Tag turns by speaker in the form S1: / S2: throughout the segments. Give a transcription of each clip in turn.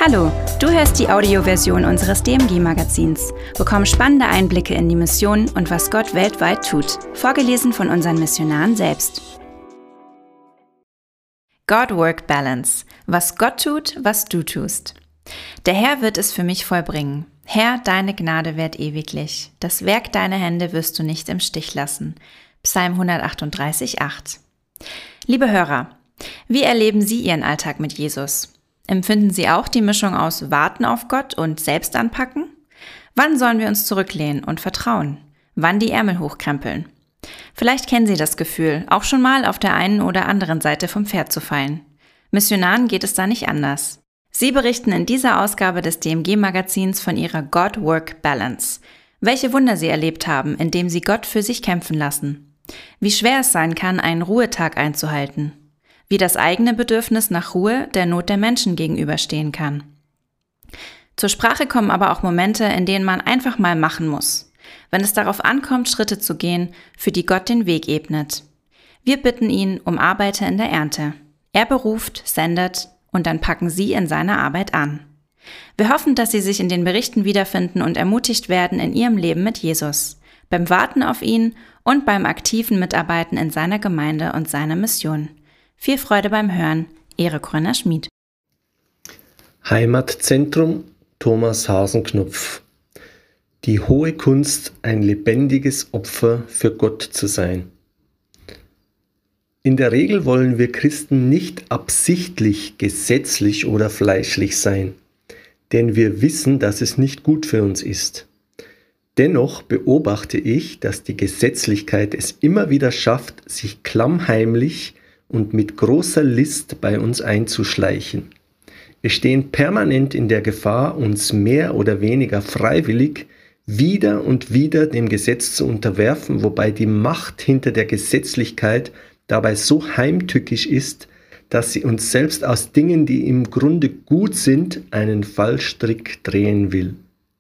S1: Hallo, du hörst die Audioversion unseres DMG-Magazins. Bekomm spannende Einblicke in die Mission und was Gott weltweit tut. Vorgelesen von unseren Missionaren selbst. God-Work-Balance. Was Gott tut, was du tust. Der Herr wird es für mich vollbringen. Herr, deine Gnade währt ewiglich. Das Werk deiner Hände wirst du nicht im Stich lassen. Psalm 138, 8. Liebe Hörer, wie erleben Sie Ihren Alltag mit Jesus? Empfinden Sie auch die Mischung aus Warten auf Gott und selbst anpacken? Wann sollen wir uns zurücklehnen und vertrauen? Wann die Ärmel hochkrempeln? Vielleicht kennen Sie das Gefühl, auch schon mal auf der einen oder anderen Seite vom Pferd zu fallen. Missionaren geht es da nicht anders. Sie berichten in dieser Ausgabe des DMG-Magazins von ihrer God-Work-Balance. Welche Wunder sie erlebt haben, indem sie Gott für sich kämpfen lassen. Wie schwer es sein kann, einen Ruhetag einzuhalten. Wie das eigene Bedürfnis nach Ruhe der Not der Menschen gegenüberstehen kann. Zur Sprache kommen aber auch Momente, in denen man einfach mal machen muss. Wenn es darauf ankommt, Schritte zu gehen, für die Gott den Weg ebnet. Wir bitten ihn um Arbeiter in der Ernte. Er beruft, sendet und dann packen sie in seiner Arbeit an. Wir hoffen, dass Sie sich in den Berichten wiederfinden und ermutigt werden in Ihrem Leben mit Jesus, beim Warten auf ihn und beim aktiven Mitarbeiten in seiner Gemeinde und seiner Mission. Viel Freude beim Hören. Erik Kröner-Schmid.
S2: Heimatzentrum Thomas Hasenknopf. Die hohe Kunst, ein lebendiges Opfer für Gott zu sein. In der Regel wollen wir Christen nicht absichtlich, gesetzlich oder fleischlich sein, denn wir wissen, dass es nicht gut für uns ist. Dennoch beobachte ich, dass die Gesetzlichkeit es immer wieder schafft, sich klammheimlich und mit großer List bei uns einzuschleichen. Wir stehen permanent in der Gefahr, uns mehr oder weniger freiwillig wieder und wieder dem Gesetz zu unterwerfen, wobei die Macht hinter der Gesetzlichkeit dabei so heimtückisch ist, dass sie uns selbst aus Dingen, die im Grunde gut sind, einen Fallstrick drehen will.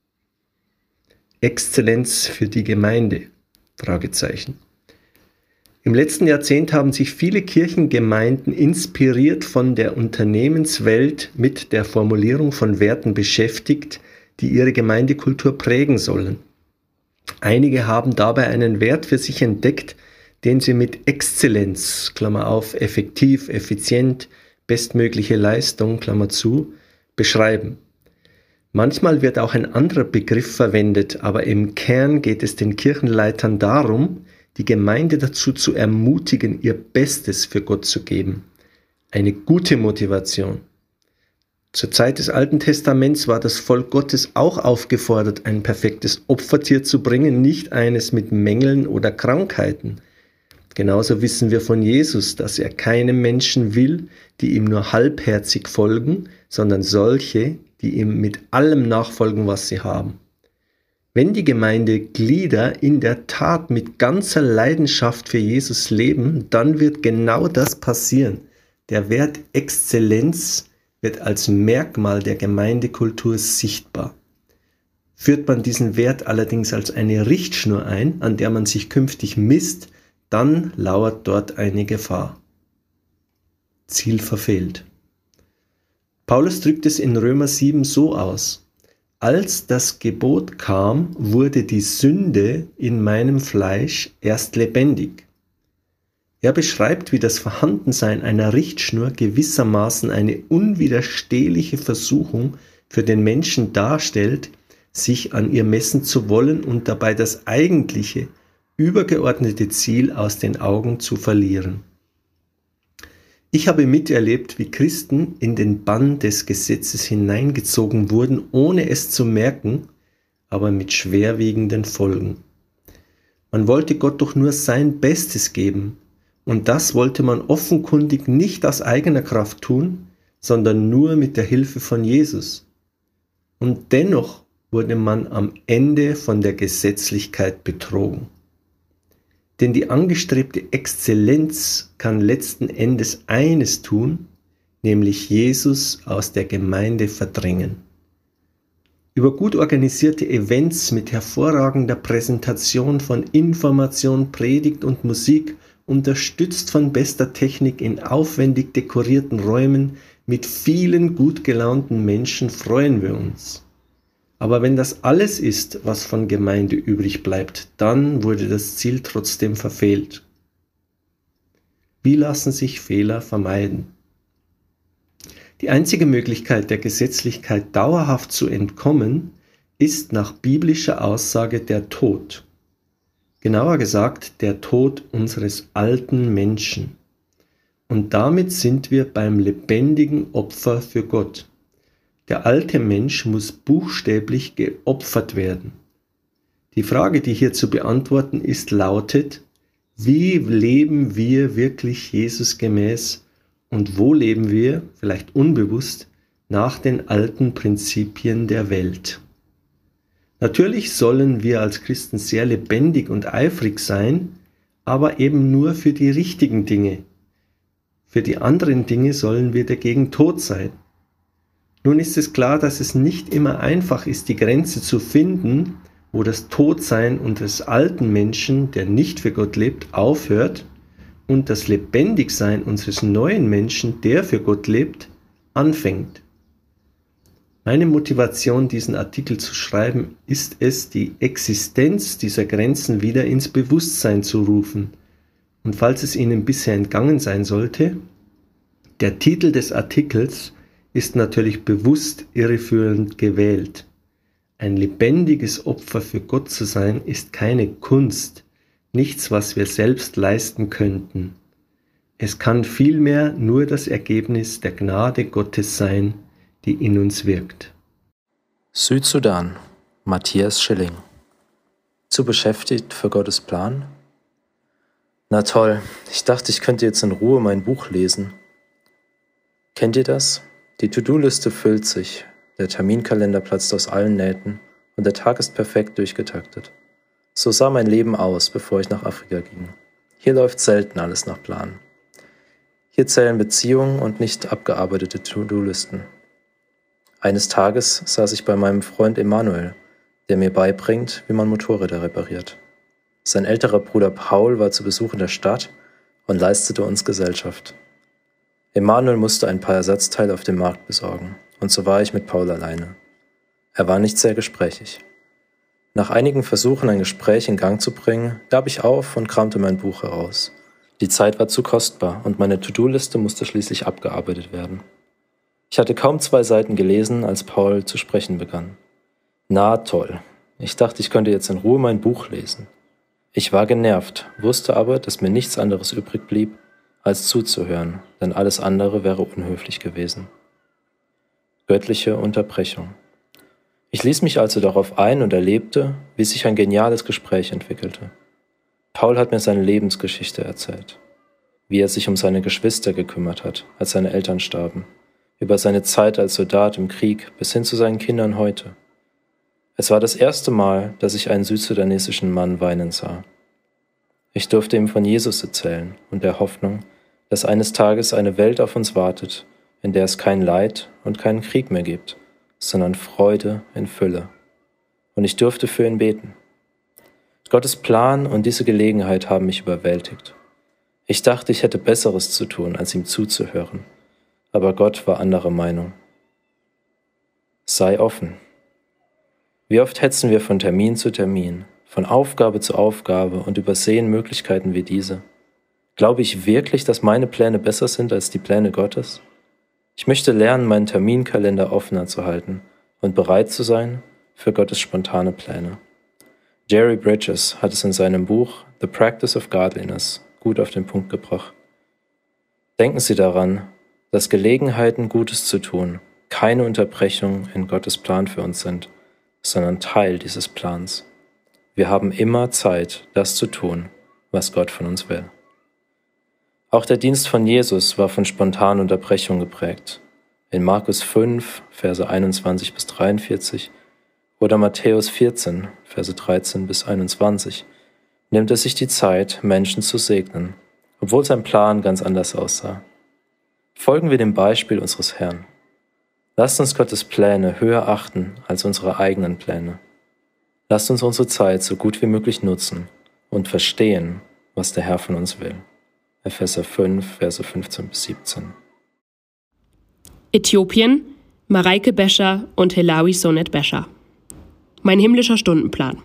S2: Exzellenz für die Gemeinde? Fragezeichen. Im letzten Jahrzehnt haben sich viele Kirchengemeinden inspiriert von der Unternehmenswelt mit der Formulierung von Werten beschäftigt, die ihre Gemeindekultur prägen sollen. Einige haben dabei einen Wert für sich entdeckt, den sie mit Exzellenz, Klammer auf, effektiv, effizient, bestmögliche Leistung, Klammer zu, beschreiben. Manchmal wird auch ein anderer Begriff verwendet, aber im Kern geht es den Kirchenleitern darum, die Gemeinde dazu zu ermutigen, ihr Bestes für Gott zu geben. Eine gute Motivation. Zur Zeit des Alten Testaments war das Volk Gottes auch aufgefordert, ein perfektes Opfertier zu bringen, nicht eines mit Mängeln oder Krankheiten. Genauso wissen wir von Jesus, dass er keine Menschen will, die ihm nur halbherzig folgen, sondern solche, die ihm mit allem nachfolgen, was sie haben. Wenn die Gemeindeglieder in der Tat mit ganzer Leidenschaft für Jesus leben, dann wird genau das passieren. Der Wert Exzellenz wird als Merkmal der Gemeindekultur sichtbar. Führt man diesen Wert allerdings als eine Richtschnur ein, an der man sich künftig misst, dann lauert dort eine Gefahr. Ziel verfehlt. Paulus drückt es in Römer 7 so aus: Als das Gebot kam, wurde die Sünde in meinem Fleisch erst lebendig. Er beschreibt, wie das Vorhandensein einer Richtschnur gewissermaßen eine unwiderstehliche Versuchung für den Menschen darstellt, sich an ihr messen zu wollen und dabei das eigentliche, übergeordnete Ziel aus den Augen zu verlieren. Ich habe miterlebt, wie Christen in den Bann des Gesetzes hineingezogen wurden, ohne es zu merken, aber mit schwerwiegenden Folgen. Man wollte Gott doch nur sein Bestes geben, und das wollte man offenkundig nicht aus eigener Kraft tun, sondern nur mit der Hilfe von Jesus. Und dennoch wurde man am Ende von der Gesetzlichkeit betrogen. Denn die angestrebte Exzellenz kann letzten Endes eines tun, nämlich Jesus aus der Gemeinde verdrängen. Über gut organisierte Events mit hervorragender Präsentation von Information, Predigt und Musik, unterstützt von bester Technik in aufwendig dekorierten Räumen, Mit vielen gut gelaunten Menschen freuen wir uns. Aber wenn das alles ist, was von Gemeinde übrig bleibt, dann wurde das Ziel trotzdem verfehlt. Wie lassen sich Fehler vermeiden? Die einzige Möglichkeit, der Gesetzlichkeit dauerhaft zu entkommen, ist nach biblischer Aussage der Tod. Genauer gesagt, der Tod unseres alten Menschen. Und damit sind wir beim lebendigen Opfer für Gott. Der alte Mensch muss buchstäblich geopfert werden. Die Frage, die hier zu beantworten ist, lautet: Wie leben wir wirklich Jesus gemäß und wo leben wir, vielleicht unbewusst, nach den alten Prinzipien der Welt? Natürlich sollen wir als Christen sehr lebendig und eifrig sein, aber eben nur für die richtigen Dinge. Für die anderen Dinge sollen wir dagegen tot sein. Nun ist es klar, dass es nicht immer einfach ist, die Grenze zu finden, wo das Todsein unseres alten Menschen, der nicht für Gott lebt, aufhört und das Lebendigsein unseres neuen Menschen, der für Gott lebt, anfängt. Meine Motivation, diesen Artikel zu schreiben, ist es, die Existenz dieser Grenzen wieder ins Bewusstsein zu rufen. Und falls es Ihnen bisher entgangen sein sollte, der Titel des Artikels ist natürlich bewusst irreführend gewählt. Ein lebendiges Opfer für Gott zu sein, ist keine Kunst, nichts, was wir selbst leisten könnten. Es kann vielmehr nur das Ergebnis der Gnade Gottes sein, die in uns wirkt.
S3: Südsudan, Matthias Schilling. Zu beschäftigt für Gottes Plan? Na toll, ich dachte, ich könnte jetzt in Ruhe mein Buch lesen. Kennt ihr das? Die To-Do-Liste füllt sich, der Terminkalender platzt aus allen Nähten und der Tag ist perfekt durchgetaktet. So sah mein Leben aus, bevor ich nach Afrika ging. Hier läuft selten alles nach Plan. Hier zählen Beziehungen und nicht abgearbeitete To-Do-Listen. Eines Tages saß ich bei meinem Freund Emanuel, der mir beibringt, wie man Motorräder repariert. Sein älterer Bruder Paul war zu Besuch in der Stadt und leistete uns Gesellschaft. Emanuel musste ein paar Ersatzteile auf dem Markt besorgen, und so war ich mit Paul alleine. Er war nicht sehr gesprächig. Nach einigen Versuchen, ein Gespräch in Gang zu bringen, gab ich auf und kramte mein Buch heraus. Die Zeit war zu kostbar und meine To-Do-Liste musste schließlich abgearbeitet werden. Ich hatte kaum 2 Seiten gelesen, als Paul zu sprechen begann. Na toll, ich dachte, ich könnte jetzt in Ruhe mein Buch lesen. Ich war genervt, wusste aber, dass mir nichts anderes übrig blieb, als zuzuhören, denn alles andere wäre unhöflich gewesen. Göttliche Unterbrechung. Ich ließ mich also darauf ein und erlebte, wie sich ein geniales Gespräch entwickelte. Paul hat mir seine Lebensgeschichte erzählt, wie er sich um seine Geschwister gekümmert hat, als seine Eltern starben, über seine Zeit als Soldat im Krieg bis hin zu seinen Kindern heute. Es war das erste Mal, dass ich einen südsudanesischen Mann weinen sah. Ich durfte ihm von Jesus erzählen und der Hoffnung, dass eines Tages eine Welt auf uns wartet, in der es kein Leid und keinen Krieg mehr gibt, sondern Freude in Fülle. Und ich durfte für ihn beten. Gottes Plan und diese Gelegenheit haben mich überwältigt. Ich dachte, ich hätte Besseres zu tun, als ihm zuzuhören. Aber Gott war anderer Meinung. Sei offen. Wie oft hetzen wir von Termin zu Termin, von Aufgabe zu Aufgabe und übersehen Möglichkeiten wie diese. Glaube ich wirklich, dass meine Pläne besser sind als die Pläne Gottes? Ich möchte lernen, meinen Terminkalender offener zu halten und bereit zu sein für Gottes spontane Pläne. Jerry Bridges hat es in seinem Buch The Practice of Godliness gut auf den Punkt gebracht. Denken Sie daran, dass Gelegenheiten, Gutes zu tun, keine Unterbrechung in Gottes Plan für uns sind, sondern Teil dieses Plans. Wir haben immer Zeit, das zu tun, was Gott von uns will. Auch der Dienst von Jesus war von spontanen Unterbrechungen geprägt. In Markus 5, Verse 21 bis 43 oder Matthäus 14, Verse 13 bis 21 nimmt er sich die Zeit, Menschen zu segnen, obwohl sein Plan ganz anders aussah. Folgen wir dem Beispiel unseres Herrn. Lasst uns Gottes Pläne höher achten als unsere eigenen Pläne. Lasst uns unsere Zeit so gut wie möglich nutzen und verstehen, was der Herr von uns will. Epheser 5, Verse 15 bis 17.
S4: Äthiopien, Mareike Bescher und Helawi Sonet Bescher. Mein himmlischer Stundenplan.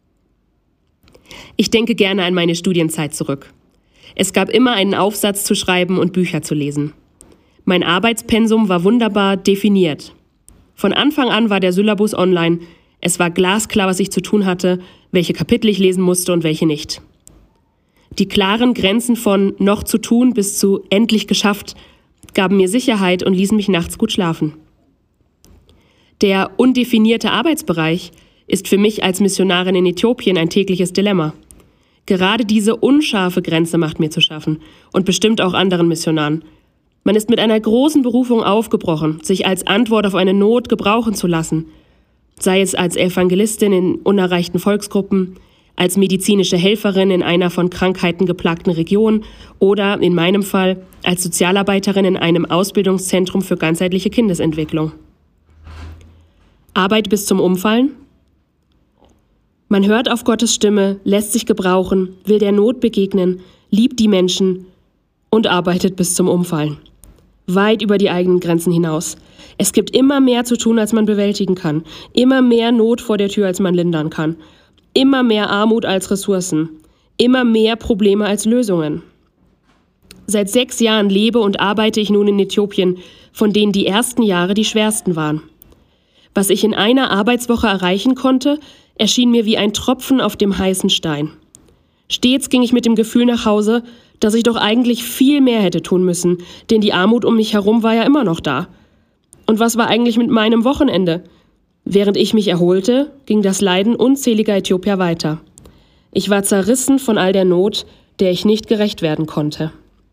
S4: Ich denke gerne an meine Studienzeit zurück. Es gab immer einen Aufsatz zu schreiben und Bücher zu lesen. Mein Arbeitspensum war wunderbar definiert. Von Anfang an war der Syllabus online. Es war glasklar, was ich zu tun hatte, welche Kapitel ich lesen musste und welche nicht. Die klaren Grenzen von noch zu tun bis zu endlich geschafft gaben mir Sicherheit und ließen mich nachts gut schlafen. Der undefinierte Arbeitsbereich ist für mich als Missionarin in Äthiopien ein tägliches Dilemma. Gerade diese unscharfe Grenze macht mir zu schaffen und bestimmt auch anderen Missionaren. Man ist mit einer großen Berufung aufgebrochen, sich als Antwort auf eine Not gebrauchen zu lassen, sei es als Evangelistin in unerreichten Volksgruppen, als medizinische Helferin in einer von Krankheiten geplagten Region oder, in meinem Fall, als Sozialarbeiterin in einem Ausbildungszentrum für ganzheitliche Kindesentwicklung. Arbeit bis zum Umfallen? Man hört auf Gottes Stimme, lässt sich gebrauchen, will der Not begegnen, liebt die Menschen und arbeitet bis zum Umfallen. Weit über die eigenen Grenzen hinaus. Es gibt immer mehr zu tun, als man bewältigen kann. Immer mehr Not vor der Tür, als man lindern kann. Immer mehr Armut als Ressourcen. Immer mehr Probleme als Lösungen. Seit 6 Jahren lebe und arbeite ich nun in Äthiopien, von denen die ersten Jahre die schwersten waren. Was ich in einer Arbeitswoche erreichen konnte, erschien mir wie ein Tropfen auf dem heißen Stein. Stets ging ich mit dem Gefühl nach Hause, dass ich doch eigentlich viel mehr hätte tun müssen, denn die Armut um mich herum war ja immer noch da. Und was war eigentlich mit meinem Wochenende? Während ich mich erholte, ging das Leiden unzähliger Äthiopier weiter. Ich war zerrissen von all der Not, der ich nicht gerecht werden konnte.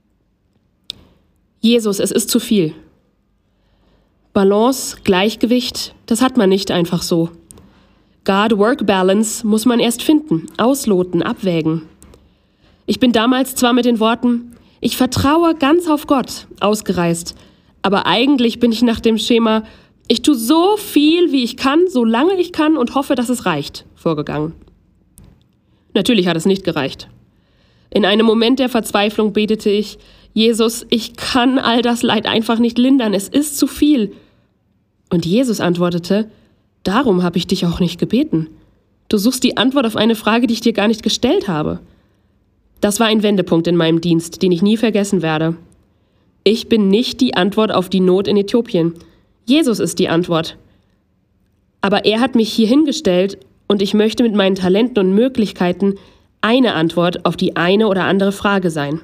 S4: Jesus, es ist zu viel. Balance, Gleichgewicht, das hat man nicht einfach so. God-Work-Balance muss man erst finden, ausloten, abwägen. Ich bin damals zwar mit den Worten, ich vertraue ganz auf Gott, ausgereist, aber eigentlich bin ich nach dem Schema, ich tue so viel, wie ich kann, solange ich kann und hoffe, dass es reicht, vorgegangen. Natürlich hat es nicht gereicht. In einem Moment der Verzweiflung betete ich, Jesus, ich kann all das Leid einfach nicht lindern, es ist zu viel. Und Jesus antwortete, darum habe ich dich auch nicht gebeten. Du suchst die Antwort auf eine Frage, die ich dir gar nicht gestellt habe. Das war ein Wendepunkt in meinem Dienst, den ich nie vergessen werde. Ich bin nicht die Antwort auf die Not in Äthiopien. Jesus ist die Antwort. Aber er hat mich hier hingestellt und ich möchte mit meinen Talenten und Möglichkeiten eine Antwort auf die eine oder andere Frage sein.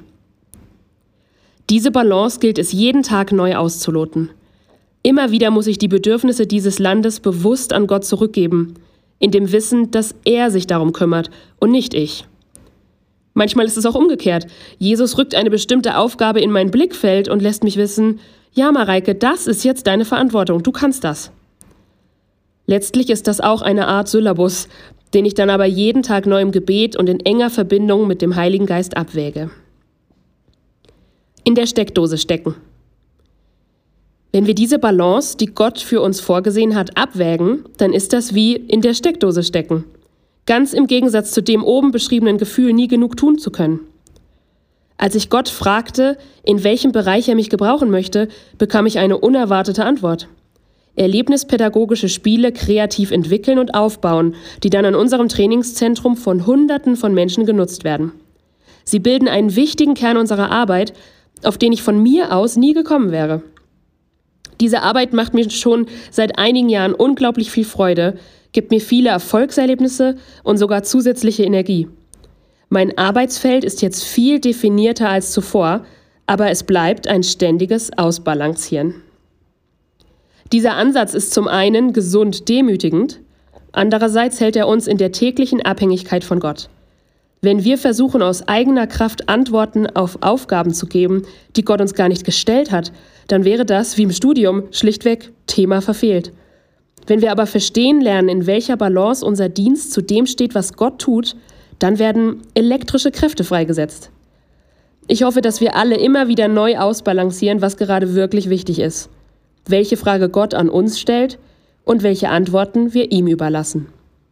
S4: Diese Balance gilt es jeden Tag neu auszuloten. Immer wieder muss ich die Bedürfnisse dieses Landes bewusst an Gott zurückgeben, in dem Wissen, dass er sich darum kümmert und nicht ich. Manchmal ist es auch umgekehrt. Jesus rückt eine bestimmte Aufgabe in mein Blickfeld und lässt mich wissen, ja Mareike, das ist jetzt deine Verantwortung, du kannst das. Letztlich ist das auch eine Art Syllabus, den ich dann aber jeden Tag neu im Gebet und in enger Verbindung mit dem Heiligen Geist abwäge. In der Steckdose stecken. Wenn wir diese Balance, die Gott für uns vorgesehen hat, abwägen, dann ist das wie in der Steckdose stecken. Ganz im Gegensatz zu dem oben beschriebenen Gefühl, nie genug tun zu können. Als ich Gott fragte, in welchem Bereich er mich gebrauchen möchte, bekam ich eine unerwartete Antwort. Erlebnispädagogische Spiele kreativ entwickeln und aufbauen, die dann an unserem Trainingszentrum von Hunderten von Menschen genutzt werden. Sie bilden einen wichtigen Kern unserer Arbeit, auf den ich von mir aus nie gekommen wäre. Diese Arbeit macht mir schon seit einigen Jahren unglaublich viel Freude, gibt mir viele Erfolgserlebnisse und sogar zusätzliche Energie. Mein Arbeitsfeld ist jetzt viel definierter als zuvor, aber es bleibt ein ständiges Ausbalancieren. Dieser Ansatz ist zum einen gesund demütigend, andererseits hält er uns in der täglichen Abhängigkeit von Gott. Wenn wir versuchen, aus eigener Kraft Antworten auf Aufgaben zu geben, die Gott uns gar nicht gestellt hat, dann wäre das, wie im Studium, schlichtweg Thema verfehlt. Wenn wir aber verstehen lernen, in welcher Balance unser Dienst zu dem steht, was Gott tut, dann werden elektrische Kräfte freigesetzt. Ich hoffe, dass wir alle immer wieder neu ausbalancieren, was gerade wirklich wichtig ist. Welche Frage Gott an uns stellt und welche Antworten wir ihm überlassen.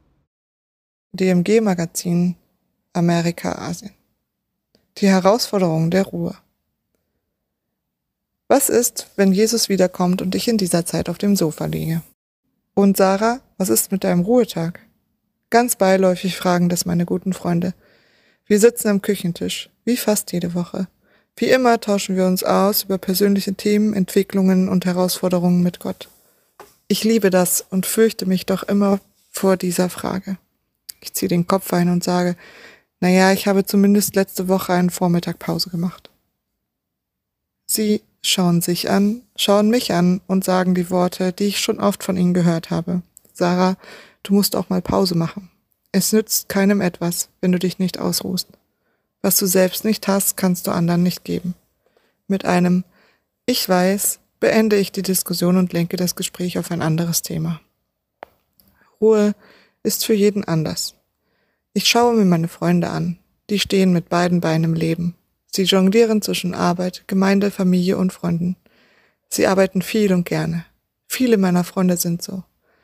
S5: DMG-Magazin Amerika, Asien. Die Herausforderung der Ruhe. Was ist, wenn Jesus wiederkommt und ich in dieser Zeit auf dem Sofa liege? Und Sarah, was ist mit deinem Ruhetag? Ganz beiläufig fragen das meine guten Freunde. Wir sitzen am Küchentisch, wie fast jede Woche. Wie immer tauschen wir uns aus über persönliche Themen, Entwicklungen und Herausforderungen mit Gott. Ich liebe das und fürchte mich doch immer vor dieser Frage. Ich ziehe den Kopf ein und sage, naja, ich habe zumindest letzte Woche einen Vormittag Pause gemacht. Sie schauen mich an und sagen die Worte, die ich schon oft von ihnen gehört habe. Sarah, du musst auch mal Pause machen. Es nützt keinem etwas, wenn du dich nicht ausruhst. Was du selbst nicht hast, kannst du anderen nicht geben. Mit einem Ich weiß, beende ich die Diskussion und lenke das Gespräch auf ein anderes Thema. Ruhe ist für jeden anders. Ich schaue mir meine Freunde an. Die stehen mit beiden Beinen im Leben. Sie jonglieren zwischen Arbeit, Gemeinde, Familie und Freunden. Sie arbeiten viel und gerne. Viele meiner Freunde sind so.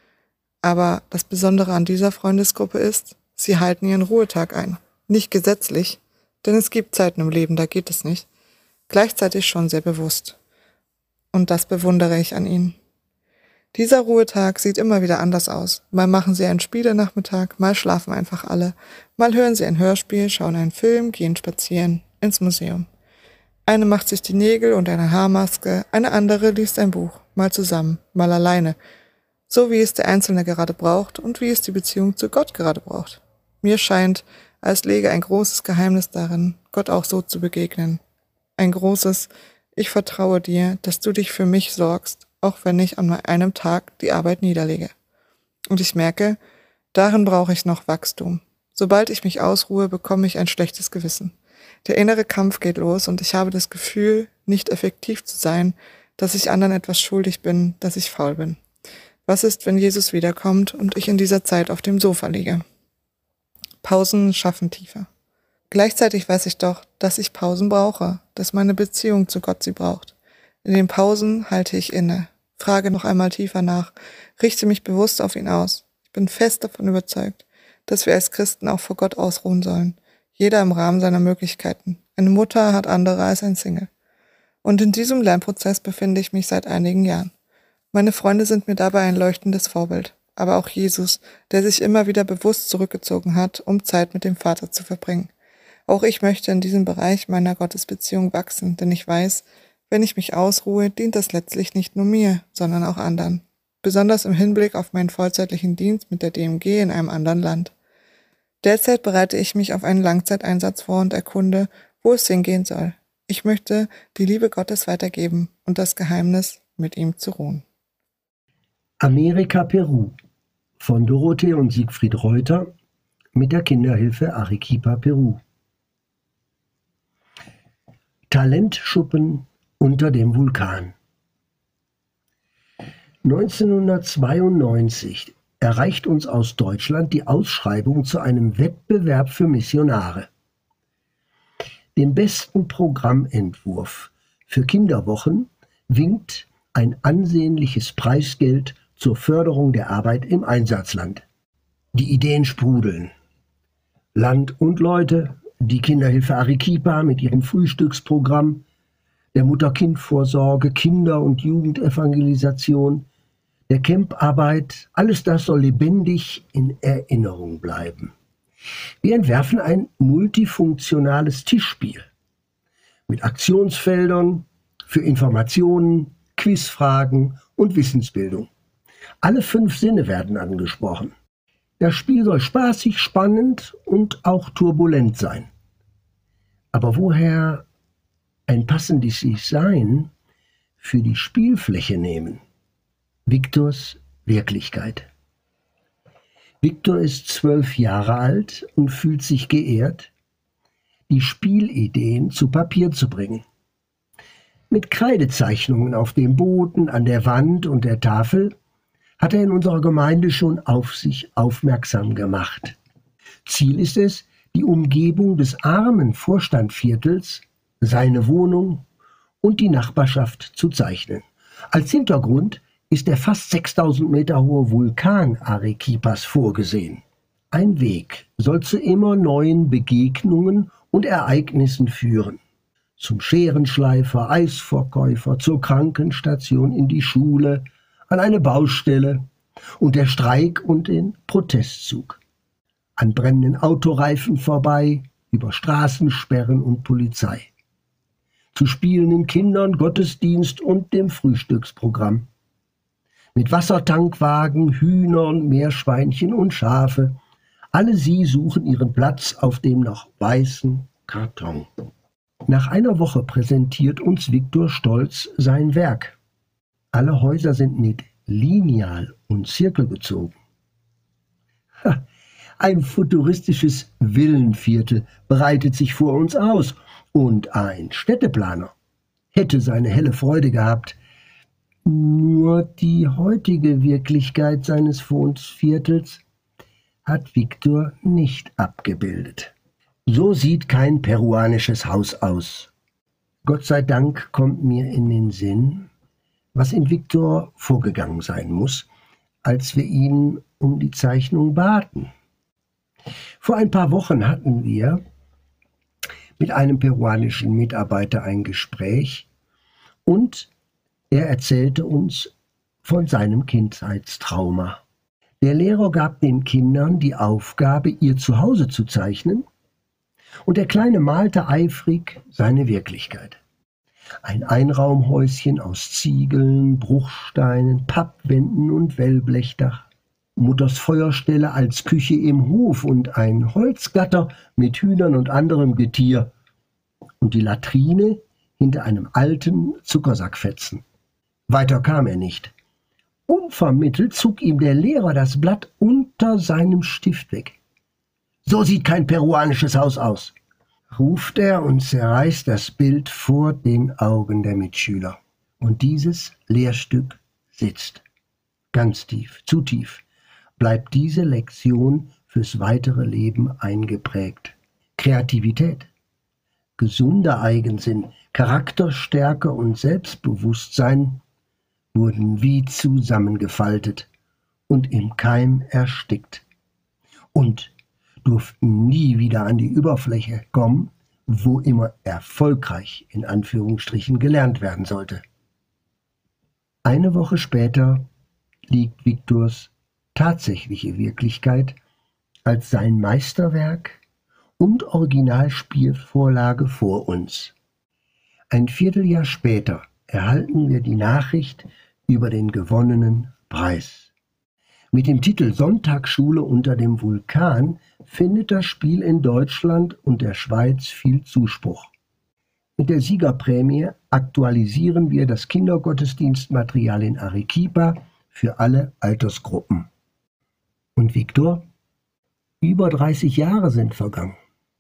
S5: Aber das Besondere an dieser Freundesgruppe ist, sie halten ihren Ruhetag ein. Nicht gesetzlich, denn es gibt Zeiten im Leben, da geht es nicht. Gleichzeitig schon sehr bewusst. Und das bewundere ich an ihnen. Dieser Ruhetag sieht immer wieder anders aus. Mal machen sie einen Spielenachmittag, mal schlafen einfach alle, mal hören sie ein Hörspiel, schauen einen Film, gehen spazieren, ins Museum. Eine macht sich die Nägel und eine Haarmaske, eine andere liest ein Buch, mal zusammen, mal alleine, so wie es der Einzelne gerade braucht und wie es die Beziehung zu Gott gerade braucht. Mir scheint, als läge ein großes Geheimnis darin, Gott auch so zu begegnen. Ein großes, ich vertraue dir, dass du dich für mich sorgst, auch wenn ich an einem Tag die Arbeit niederlege. Und ich merke, darin brauche ich noch Wachstum. Sobald ich mich ausruhe, bekomme ich ein schlechtes Gewissen. Der innere Kampf geht los und ich habe das Gefühl, nicht effektiv zu sein, dass ich anderen etwas schuldig bin, dass ich faul bin. Was ist, wenn Jesus wiederkommt und ich in dieser Zeit auf dem Sofa liege? Pausen schaffen tiefer. Gleichzeitig weiß ich doch, dass ich Pausen brauche, dass meine Beziehung zu Gott sie braucht. In den Pausen halte ich inne, frage noch einmal tiefer nach, richte mich bewusst auf ihn aus. Ich bin fest davon überzeugt, dass wir als Christen auch vor Gott ausruhen sollen. Jeder im Rahmen seiner Möglichkeiten. Eine Mutter hat andere als ein Single. Und in diesem Lernprozess befinde ich mich seit einigen Jahren. Meine Freunde sind mir dabei ein leuchtendes Vorbild. Aber auch Jesus, der sich immer wieder bewusst zurückgezogen hat, um Zeit mit dem Vater zu verbringen. Auch ich möchte in diesem Bereich meiner Gottesbeziehung wachsen, denn ich weiß, wenn ich mich ausruhe, dient das letztlich nicht nur mir, sondern auch anderen. Besonders im Hinblick auf meinen vollzeitlichen Dienst mit der DMG in einem anderen Land. Derzeit bereite ich mich auf einen Langzeiteinsatz vor und erkunde, wo es hingehen soll. Ich möchte die Liebe Gottes weitergeben und das Geheimnis, mit ihm zu ruhen.
S6: Amerika Peru von Dorothee und Siegfried Reuter mit der Kinderhilfe Arequipa Peru. Talentschuppen unter dem Vulkan. 1992 erreicht uns aus Deutschland die Ausschreibung zu einem Wettbewerb für Missionare. Dem besten Programmentwurf für Kinderwochen winkt ein ansehnliches Preisgeld zur Förderung der Arbeit im Einsatzland. Die Ideen sprudeln. Land und Leute, die Kinderhilfe Arequipa mit ihrem Frühstücksprogramm, der Mutter-Kind-Vorsorge, Kinder- und Jugendevangelisation, der Camparbeit, alles das soll lebendig in Erinnerung bleiben. Wir entwerfen ein multifunktionales Tischspiel mit Aktionsfeldern für Informationen, Quizfragen und Wissensbildung. Alle 5 Sinne werden angesprochen. Das Spiel soll spaßig, spannend und auch turbulent sein. Aber woher ein passendes Design für die Spielfläche nehmen? Viktors Wirklichkeit. Viktor ist 12 Jahre alt und fühlt sich geehrt, die Spielideen zu Papier zu bringen. Mit Kreidezeichnungen auf dem Boden, an der Wand und der Tafel hat er in unserer Gemeinde schon auf sich aufmerksam gemacht. Ziel ist es, die Umgebung des armen Vorstadtviertels, seine Wohnung und die Nachbarschaft zu zeichnen. Als Hintergrund ist der fast 6000 Meter hohe Vulkan Arequipas vorgesehen. Ein Weg soll zu immer neuen Begegnungen und Ereignissen führen. Zum Scherenschleifer, Eisverkäufer, zur Krankenstation, in die Schule, an eine Baustelle und der Streik und den Protestzug. An brennenden Autoreifen vorbei, über Straßensperren und Polizei. Zu spielenden Kindern, Gottesdienst und dem Frühstücksprogramm. Mit Wassertankwagen, Hühnern, Meerschweinchen und Schafe. Alle sie suchen ihren Platz auf dem noch weißen Karton. Nach einer Woche präsentiert uns Viktor stolz sein Werk. Alle Häuser sind mit Lineal und Zirkel gezogen. Ein futuristisches Villenviertel breitet sich vor uns aus und ein Städteplaner hätte seine helle Freude gehabt. Nur die heutige Wirklichkeit seines Wohnviertels hat Viktor nicht abgebildet. So sieht kein peruanisches Haus aus. Gott sei Dank kommt mir in den Sinn, was in Viktor vorgegangen sein muss, als wir ihn um die Zeichnung baten. Vor ein paar Wochen hatten wir mit einem peruanischen Mitarbeiter ein Gespräch und er erzählte uns von seinem Kindheitstrauma. Der Lehrer gab den Kindern die Aufgabe, ihr Zuhause zu zeichnen und der Kleine malte eifrig seine Wirklichkeit. Ein Einraumhäuschen aus Ziegeln, Bruchsteinen, Pappwänden und Wellblechdach. Mutters Feuerstelle als Küche im Hof und ein Holzgatter mit Hühnern und anderem Getier und die Latrine hinter einem alten Zuckersackfetzen. Weiter kam er nicht. Unvermittelt zog ihm der Lehrer das Blatt unter seinem Stift weg. »So sieht kein peruanisches Haus aus«, ruft er und zerreißt das Bild vor den Augen der Mitschüler. Und dieses Lehrstück sitzt. Ganz tief, zu tief, bleibt diese Lektion fürs weitere Leben eingeprägt. Kreativität, gesunder Eigensinn, Charakterstärke und Selbstbewusstsein wurden wie zusammengefaltet und im Keim erstickt und durften nie wieder an die Oberfläche kommen, wo immer erfolgreich in Anführungsstrichen gelernt werden sollte. Eine Woche später liegt Viktors tatsächliche Wirklichkeit als sein Meisterwerk und Originalspielvorlage vor uns. Ein Vierteljahr später erhalten wir die Nachricht über den gewonnenen Preis. Mit dem Titel Sonntagsschule unter dem Vulkan findet das Spiel in Deutschland und der Schweiz viel Zuspruch. Mit der Siegerprämie aktualisieren wir das Kindergottesdienstmaterial in Arequipa für alle Altersgruppen. Und Viktor? Über 30 Jahre sind vergangen.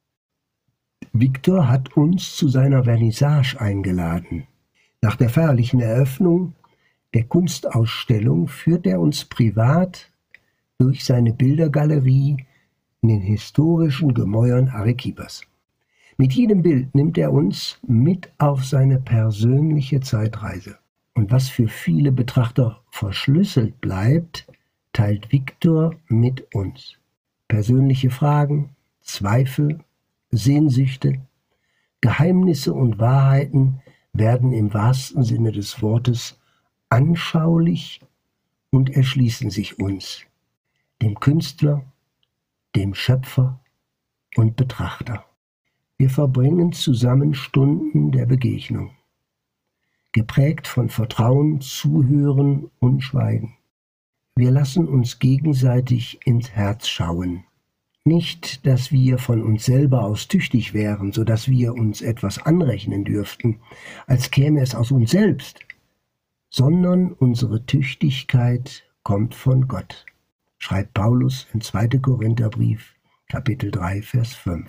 S6: Viktor hat uns zu seiner Vernissage eingeladen. Nach der feierlichen Eröffnung der Kunstausstellung führt er uns privat durch seine Bildergalerie in den historischen Gemäuern Arequipas. Mit jedem Bild nimmt er uns mit auf seine persönliche Zeitreise. Und was für viele Betrachter verschlüsselt bleibt, teilt Viktor mit uns. Persönliche Fragen, Zweifel, Sehnsüchte, Geheimnisse und Wahrheiten werden im wahrsten Sinne des Wortes anschaulich und erschließen sich uns, dem Künstler, dem Schöpfer und Betrachter. Wir verbringen zusammen Stunden der Begegnung, geprägt von Vertrauen, Zuhören und Schweigen. Wir lassen uns gegenseitig ins Herz schauen. Nicht, dass wir von uns selber aus tüchtig wären, so dass wir uns etwas anrechnen dürften, als käme es aus uns selbst, sondern unsere Tüchtigkeit kommt von Gott, schreibt Paulus im 2. Korintherbrief, Kapitel 3, Vers 5.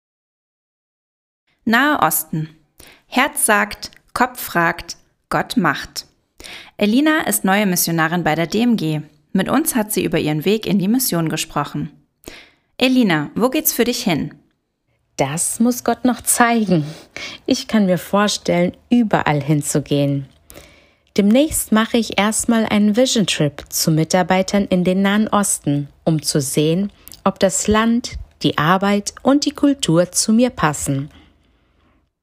S1: Nahe Osten. Herz sagt, Kopf fragt, Gott macht. Elina ist neue Missionarin bei der DMG. Mit uns hat sie über ihren Weg in die Mission gesprochen. Elina, wo geht's für dich hin?
S7: Das muss Gott noch zeigen. Ich kann mir vorstellen, überall hinzugehen. Demnächst mache ich erstmal einen Vision Trip zu Mitarbeitern in den Nahen Osten, um zu sehen, ob das Land, die Arbeit und die Kultur zu mir passen.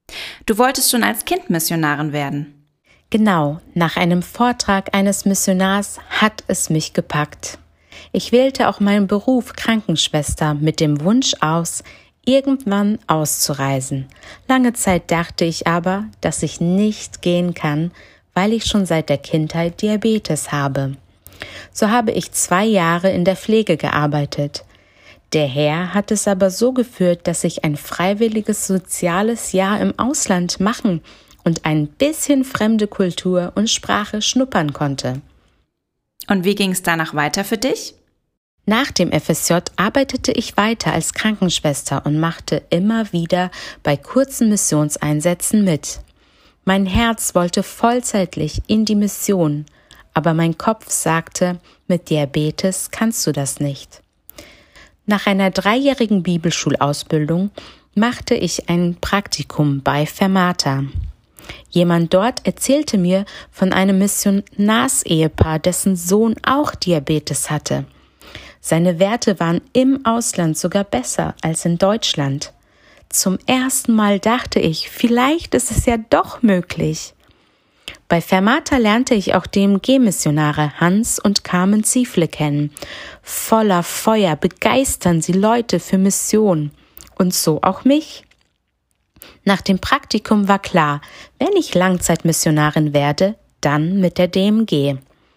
S1: Du wolltest schon als Kind Missionarin werden.
S7: Genau, nach einem Vortrag eines Missionars hat es mich gepackt. Ich wählte auch meinen Beruf Krankenschwester mit dem Wunsch aus, irgendwann auszureisen. Lange Zeit dachte ich aber, dass ich nicht gehen kann, weil ich schon seit der Kindheit Diabetes habe. So habe ich 2 Jahre in der Pflege gearbeitet. Der Herr hat es aber so geführt, dass ich ein freiwilliges soziales Jahr im Ausland machen und ein bisschen fremde Kultur und Sprache schnuppern konnte.
S1: Und wie ging es danach weiter für dich?
S7: Nach dem FSJ arbeitete ich weiter als Krankenschwester und machte immer wieder bei kurzen Missionseinsätzen mit. Mein Herz wollte vollzeitlich in die Mission, aber mein Kopf sagte, mit Diabetes kannst du das nicht. Nach einer 3-jährigen Bibelschulausbildung machte ich ein Praktikum bei Fermata. Jemand dort erzählte mir von einem Missionarsehepaar, dessen Sohn auch Diabetes hatte. Seine Werte waren im Ausland sogar besser als in Deutschland. Zum ersten Mal dachte ich, vielleicht ist es ja doch möglich. Bei Fermata lernte ich auch DMG-Missionare Hans und Carmen Ziefle kennen. Voller Feuer begeistern sie Leute für Mission. Und so auch mich. Nach dem Praktikum war klar, wenn ich Langzeitmissionarin werde, dann mit der DMG.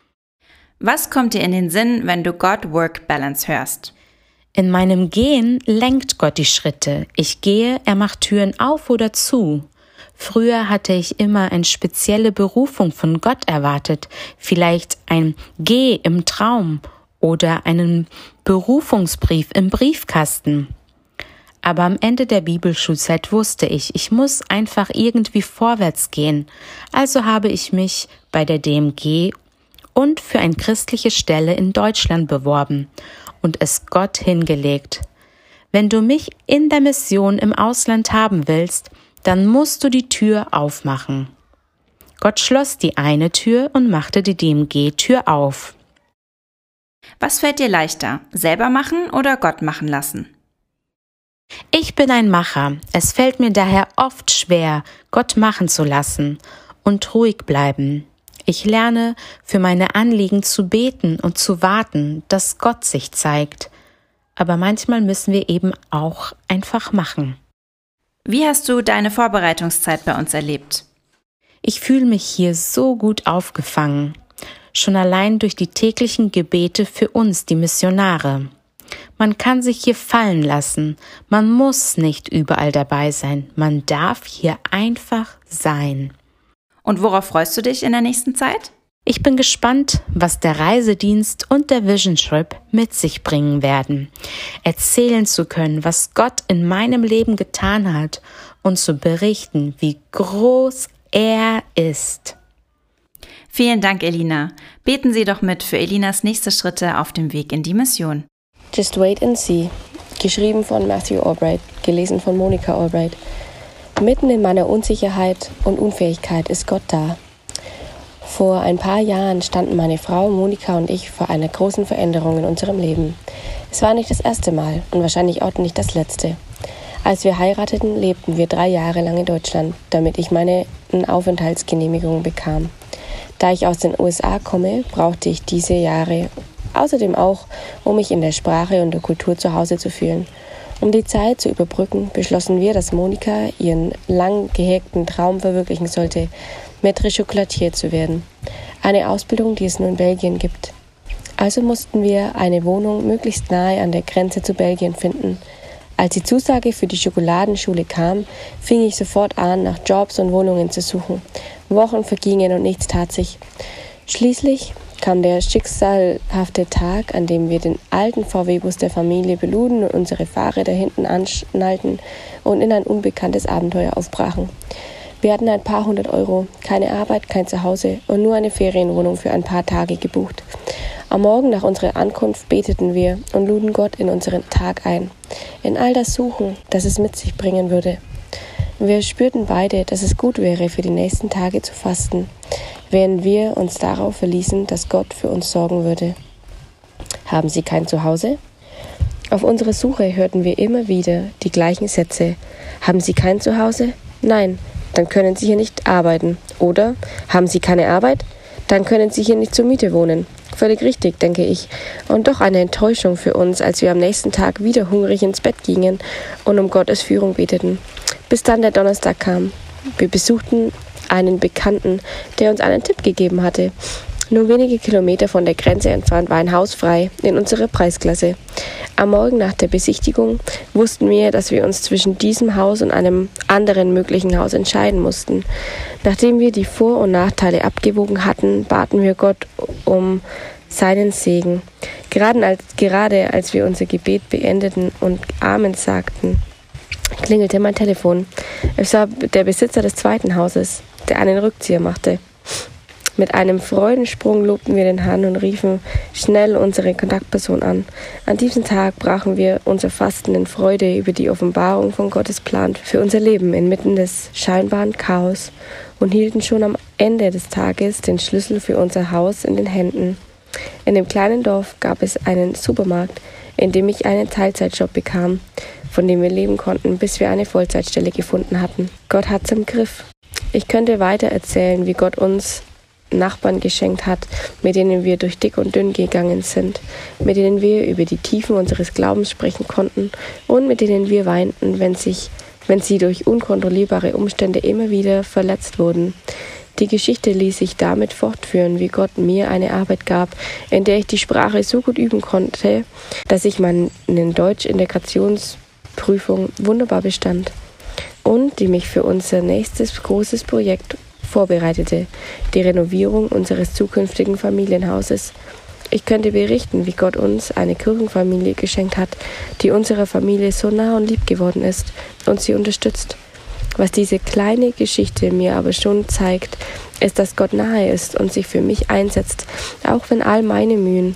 S1: Was kommt dir in den Sinn, wenn du God-Work-Balance hörst?
S7: In meinem Gehen lenkt Gott die Schritte. Ich gehe, er macht Türen auf oder zu. Früher hatte ich immer eine spezielle Berufung von Gott erwartet, vielleicht ein Geh im Traum oder einen Berufungsbrief im Briefkasten. Aber am Ende der Bibelschulzeit wusste ich muss einfach irgendwie vorwärts gehen. Also habe ich mich bei der DMG und für eine christliche Stelle in Deutschland beworben und es Gott hingelegt. Wenn du mich in der Mission im Ausland haben willst, dann musst du die Tür aufmachen. Gott schloss die eine Tür und machte die DMG-Tür auf.
S1: Was fällt dir leichter, selber machen oder Gott machen lassen?
S7: Ich bin ein Macher. Es fällt mir daher oft schwer, Gott machen zu lassen und ruhig bleiben. Ich lerne, für meine Anliegen zu beten und zu warten, dass Gott sich zeigt. Aber manchmal müssen wir eben auch einfach machen.
S1: Wie hast du deine Vorbereitungszeit bei uns erlebt?
S7: Ich fühle mich hier so gut aufgefangen. Schon allein durch die täglichen Gebete für uns, die Missionare. Man kann sich hier fallen lassen. Man muss nicht überall dabei sein. Man darf hier einfach sein.
S1: Und worauf freust du dich in der nächsten Zeit?
S7: Ich bin gespannt, was der Reisedienst und der Vision Trip mit sich bringen werden. Erzählen zu können, was Gott in meinem Leben getan hat und zu berichten, wie groß er ist.
S1: Vielen Dank, Elina. Beten Sie doch mit für Elinas nächste Schritte auf dem Weg in die Mission.
S8: Just Wait and See, geschrieben von Matthew Albright, gelesen von Monica Albright. Mitten in meiner Unsicherheit und Unfähigkeit ist Gott da. Vor ein paar Jahren standen meine Frau Monika und ich vor einer großen Veränderung in unserem Leben. Es war nicht das erste Mal und wahrscheinlich auch nicht das letzte. Als wir heirateten, lebten wir 3 Jahre lang in Deutschland, damit ich meine Aufenthaltsgenehmigung bekam. Da ich aus den USA komme, brauchte ich diese Jahre außerdem auch, um mich in der Sprache und der Kultur zu Hause zu fühlen. Um die Zeit zu überbrücken, beschlossen wir, dass Monika ihren lang gehegten Traum verwirklichen sollte, Maître Chocolatier zu werden. Eine Ausbildung, die es nur in Belgien gibt. Also mussten wir eine Wohnung möglichst nahe an der Grenze zu Belgien finden. Als die Zusage für die Schokoladenschule kam, fing ich sofort an, nach Jobs und Wohnungen zu suchen. Wochen vergingen und nichts tat sich. Schließlich kam der schicksalhafte Tag, an dem wir den alten VW-Bus der Familie beluden und unsere Fahrräder hinten anschnallten und in ein unbekanntes Abenteuer aufbrachen. Wir hatten ein paar 100 Euro, keine Arbeit, kein Zuhause und nur eine Ferienwohnung für ein paar Tage gebucht. Am Morgen nach unserer Ankunft beteten wir und luden Gott in unseren Tag ein, in all das Suchen, das es mit sich bringen würde. Wir spürten beide, dass es gut wäre, für die nächsten Tage zu fasten, während wir uns darauf verließen, dass Gott für uns sorgen würde. Haben Sie kein Zuhause? Auf unserer Suche hörten wir immer wieder die gleichen Sätze. Haben Sie kein Zuhause? Nein, dann können Sie hier nicht arbeiten. Oder haben Sie keine Arbeit? Dann können Sie hier nicht zur Miete wohnen. Völlig richtig, denke ich. Und doch eine Enttäuschung für uns, als wir am nächsten Tag wieder hungrig ins Bett gingen und um Gottes Führung beteten. Bis dann der Donnerstag kam. Wir besuchten einen Bekannten, der uns einen Tipp gegeben hatte. Nur wenige Kilometer von der Grenze entfernt war ein Haus frei in unserer Preisklasse. Am Morgen nach der Besichtigung wussten wir, dass wir uns zwischen diesem Haus und einem anderen möglichen Haus entscheiden mussten. Nachdem wir die Vor- und Nachteile abgewogen hatten, baten wir Gott um seinen Segen. Gerade als wir unser Gebet beendeten und Amen sagten, klingelte mein Telefon. Es war der Besitzer des zweiten Hauses, der einen Rückzieher machte. Mit einem Freudensprung lobten wir den Herrn und riefen schnell unsere Kontaktperson an. An diesem Tag brachen wir unser Fasten in Freude über die Offenbarung von Gottes Plan für unser Leben inmitten des scheinbaren Chaos und hielten schon am Ende des Tages den Schlüssel für unser Haus in den Händen. In dem kleinen Dorf gab es einen Supermarkt, in dem ich einen Teilzeitjob bekam, von dem wir leben konnten, bis wir eine Vollzeitstelle gefunden hatten. Gott hat's im Griff. Ich könnte weiter erzählen, wie Gott uns Nachbarn geschenkt hat, mit denen wir durch dick und dünn gegangen sind, mit denen wir über die Tiefen unseres Glaubens sprechen konnten und mit denen wir weinten, wenn sie durch unkontrollierbare Umstände immer wieder verletzt wurden. Die Geschichte ließ sich damit fortführen, wie Gott mir eine Arbeit gab, in der ich die Sprache so gut üben konnte, dass ich meine Deutsch-Integrationsprüfung wunderbar bestand und die mich für unser nächstes großes Projekt vorbereitete, die Renovierung unseres zukünftigen Familienhauses. Ich könnte berichten, wie Gott uns eine Kirchenfamilie geschenkt hat, die unserer Familie so nah und lieb geworden ist und sie unterstützt. Was diese kleine Geschichte mir aber schon zeigt, ist, dass Gott nahe ist und sich für mich einsetzt, auch wenn all meine Mühen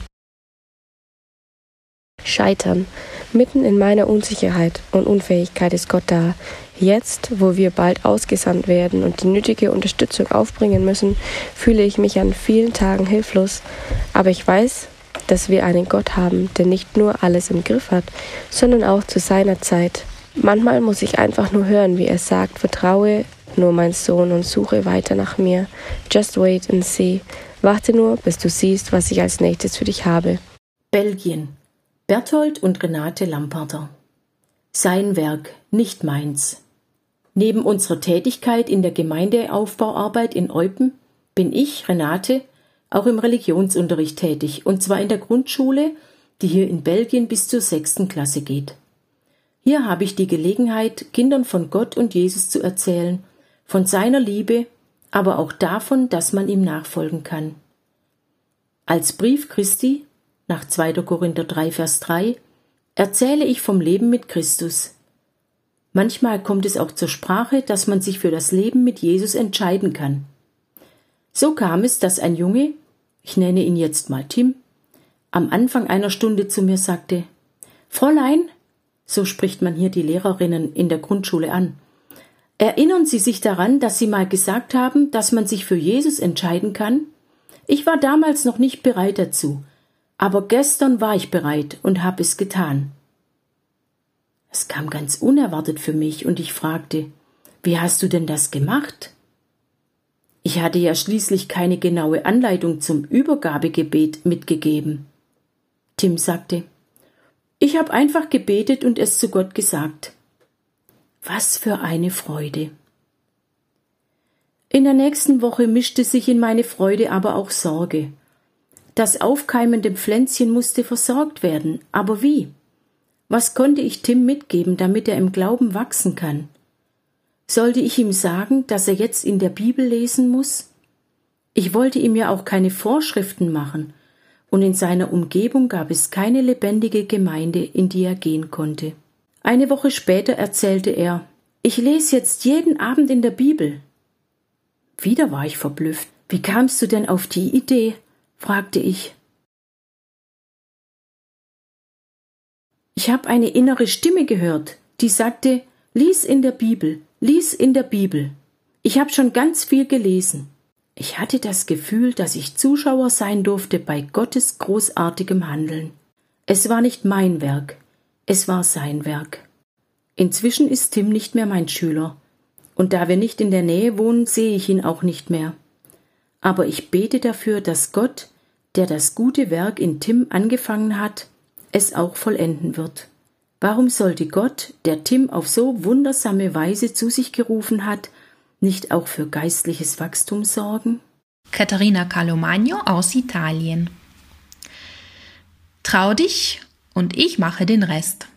S8: scheitern. Mitten in meiner Unsicherheit und Unfähigkeit ist Gott da. Jetzt, wo wir bald ausgesandt werden und die nötige Unterstützung aufbringen müssen, fühle ich mich an vielen Tagen hilflos. Aber ich weiß, dass wir einen Gott haben, der nicht nur alles im Griff hat, sondern auch zu seiner Zeit. Manchmal muss ich einfach nur hören, wie er sagt, vertraue nur, mein Sohn, und suche weiter nach mir. Just wait and see. Warte nur, bis du siehst, was ich als nächstes für dich habe.
S9: Belgien. Berthold und Renate Lamparter. Sein Werk, nicht meins. Neben unserer Tätigkeit in der Gemeindeaufbauarbeit in Eupen bin ich, Renate, auch im Religionsunterricht tätig, und zwar in der Grundschule, die hier in Belgien bis zur 6. Klasse geht. Hier habe ich die Gelegenheit, Kindern von Gott und Jesus zu erzählen, von seiner Liebe, aber auch davon, dass man ihm nachfolgen kann. Als Brief Christi, nach 2. Korinther 3, Vers 3, erzähle ich vom Leben mit Christus. Manchmal kommt es auch zur Sprache, dass man sich für das Leben mit Jesus entscheiden kann. So kam es, dass ein Junge, ich nenne ihn jetzt mal Tim, am Anfang einer Stunde zu mir sagte: Fräulein, so spricht man hier die Lehrerinnen in der Grundschule an, erinnern Sie sich daran, dass Sie mal gesagt haben, dass man sich für Jesus entscheiden kann? Ich war damals noch nicht bereit dazu, aber gestern war ich bereit und habe es getan. Es kam ganz unerwartet für mich und ich fragte: Wie hast du denn das gemacht? Ich hatte ja schließlich keine genaue Anleitung zum Übergabegebet mitgegeben. Tim sagte: Ich habe einfach gebetet und es zu Gott gesagt. Was für eine Freude! In der nächsten Woche mischte sich in meine Freude aber auch Sorge. Das aufkeimende Pflänzchen musste versorgt werden, aber wie? Was konnte ich Tim mitgeben, damit er im Glauben wachsen kann? Sollte ich ihm sagen, dass er jetzt in der Bibel lesen muss? Ich wollte ihm ja auch keine Vorschriften machen, und in seiner Umgebung gab es keine lebendige Gemeinde, in die er gehen konnte. Eine Woche später erzählte er: Ich lese jetzt jeden Abend in der Bibel. Wieder war ich verblüfft. Wie kamst du denn auf die Idee? Fragte ich. Ich habe eine innere Stimme gehört, die sagte: Lies in der Bibel, lies in der Bibel. Ich habe schon ganz viel gelesen. Ich hatte das Gefühl, dass ich Zuschauer sein durfte bei Gottes großartigem Handeln. Es war nicht mein Werk, es war sein Werk. Inzwischen ist Tim nicht mehr mein Schüler, Und da wir nicht in der Nähe wohnen, sehe ich ihn auch nicht mehr. Aber ich bete dafür, dass Gott, der das gute Werk in Tim angefangen hat, es auch vollenden wird. Warum sollte Gott, der Tim auf so wundersame Weise zu sich gerufen hat, nicht auch für geistliches Wachstum sorgen?
S1: Caterina Calomagno aus Italien. Trau dich und ich mache den Rest.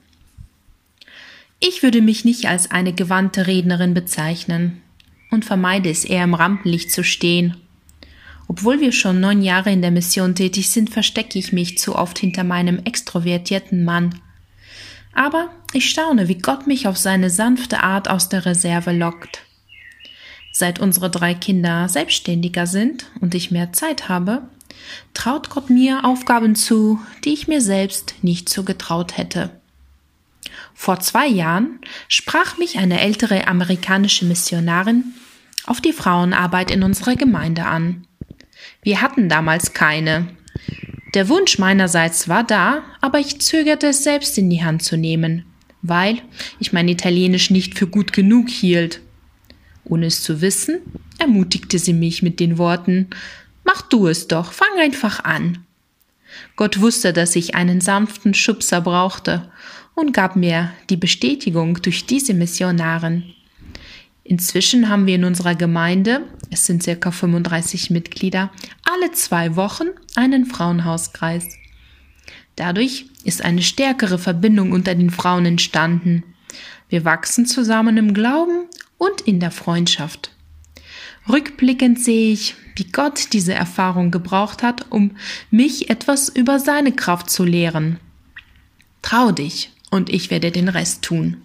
S1: Ich würde mich nicht als eine gewandte Rednerin bezeichnen und vermeide es eher im Rampenlicht zu stehen. Obwohl wir schon 9 Jahre in der Mission tätig sind, verstecke ich mich zu oft hinter meinem extrovertierten Mann. Aber ich staune, wie Gott mich auf seine sanfte Art aus der Reserve lockt. Seit unsere 3 Kinder selbstständiger sind und ich mehr Zeit habe, traut Gott mir Aufgaben zu, die ich mir selbst nicht zugetraut hätte. Vor 2 Jahren sprach mich eine ältere amerikanische Missionarin auf die Frauenarbeit in unserer Gemeinde an. Wir hatten damals keine. Der Wunsch meinerseits war da, aber ich zögerte es selbst in die Hand zu nehmen, weil ich mein Italienisch nicht für gut genug hielt. Ohne es zu wissen, ermutigte sie mich mit den Worten: Mach du es doch, fang einfach an. Gott wusste, dass ich einen sanften Schubser brauchte und gab mir die Bestätigung durch diese Missionarin. Inzwischen haben wir in unserer Gemeinde, es sind ca. 35 Mitglieder, alle 2 Wochen einen Frauenhauskreis. Dadurch ist eine stärkere Verbindung unter den Frauen entstanden. Wir wachsen zusammen im Glauben und in der Freundschaft. Rückblickend sehe ich, wie Gott diese Erfahrung gebraucht hat, um mich etwas über seine Kraft zu lehren. Trau dich und ich werde den Rest tun.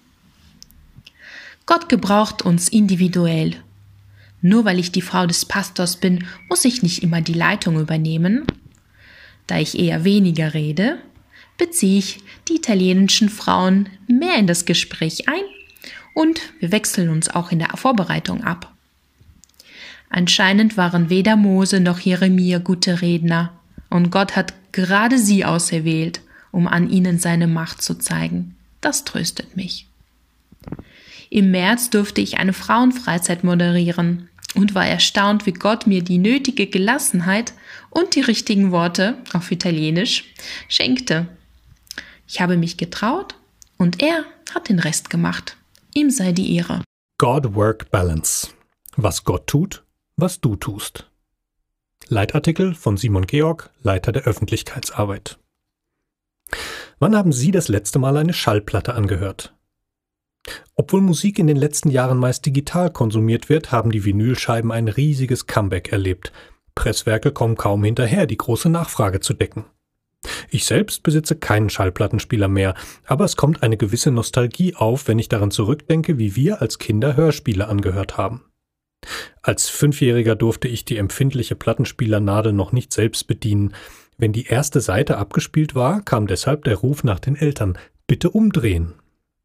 S1: Gott gebraucht uns individuell. Nur weil ich die Frau des Pastors bin, muss ich nicht immer die Leitung übernehmen. Da ich eher weniger rede, beziehe ich die italienischen Frauen mehr in das Gespräch ein und wir wechseln uns auch in der Vorbereitung ab. Anscheinend waren weder Mose noch Jeremia gute Redner und Gott hat gerade sie auserwählt, um an ihnen seine Macht zu zeigen. Das tröstet mich. Im März durfte ich eine Frauenfreizeit moderieren und war erstaunt, wie Gott mir die nötige Gelassenheit und die richtigen Worte auf Italienisch schenkte. Ich habe mich getraut und er hat den Rest gemacht. Ihm sei die Ehre.
S10: God-Work-Balance. Was Gott tut, was du tust. Leitartikel von Simon Georg, Leiter der Öffentlichkeitsarbeit. Wann haben Sie das letzte Mal eine Schallplatte angehört? Obwohl Musik in den letzten Jahren meist digital konsumiert wird, haben die Vinylscheiben ein riesiges Comeback erlebt. Presswerke kommen kaum hinterher, die große Nachfrage zu decken. Ich selbst besitze keinen Schallplattenspieler mehr, aber es kommt eine gewisse Nostalgie auf, wenn ich daran zurückdenke, wie wir als Kinder Hörspiele angehört haben. Als 5-Jähriger durfte ich die empfindliche Plattenspielernadel noch nicht selbst bedienen. Wenn die erste Seite abgespielt war, kam deshalb der Ruf nach den Eltern: Bitte umdrehen.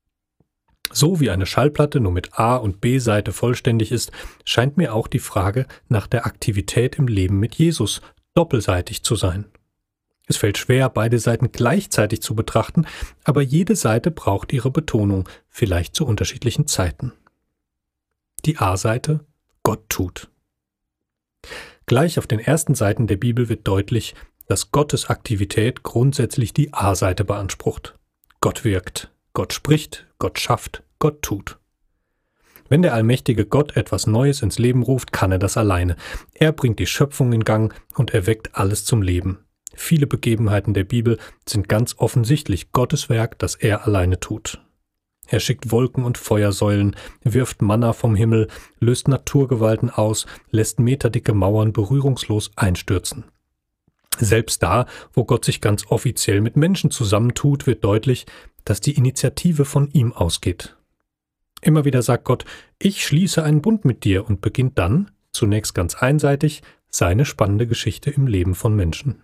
S10: So wie eine Schallplatte nur mit A- und B-Seite vollständig ist, scheint mir auch die Frage nach der Aktivität im Leben mit Jesus doppelseitig zu sein. Es fällt schwer, beide Seiten gleichzeitig zu betrachten, aber jede Seite braucht ihre Betonung, vielleicht zu unterschiedlichen Zeiten. Die A-Seite: Gott tut. Gleich auf den ersten Seiten der Bibel wird deutlich, dass Gottes Aktivität grundsätzlich die A-Seite beansprucht. Gott wirkt, Gott spricht, Gott schafft, Gott tut. Wenn der allmächtige Gott etwas Neues ins Leben ruft, kann er das alleine. Er bringt die Schöpfung in Gang und erweckt alles zum Leben. Viele Begebenheiten der Bibel sind ganz offensichtlich Gottes Werk, das er alleine tut. Er schickt Wolken und Feuersäulen, wirft Manna vom Himmel, löst Naturgewalten aus, lässt meterdicke Mauern berührungslos einstürzen. Selbst da, wo Gott sich ganz offiziell mit Menschen zusammentut, wird deutlich, dass die Initiative von ihm ausgeht. Immer wieder sagt Gott: Ich schließe einen Bund mit dir, und beginnt dann, zunächst ganz einseitig, seine spannende Geschichte im Leben von Menschen.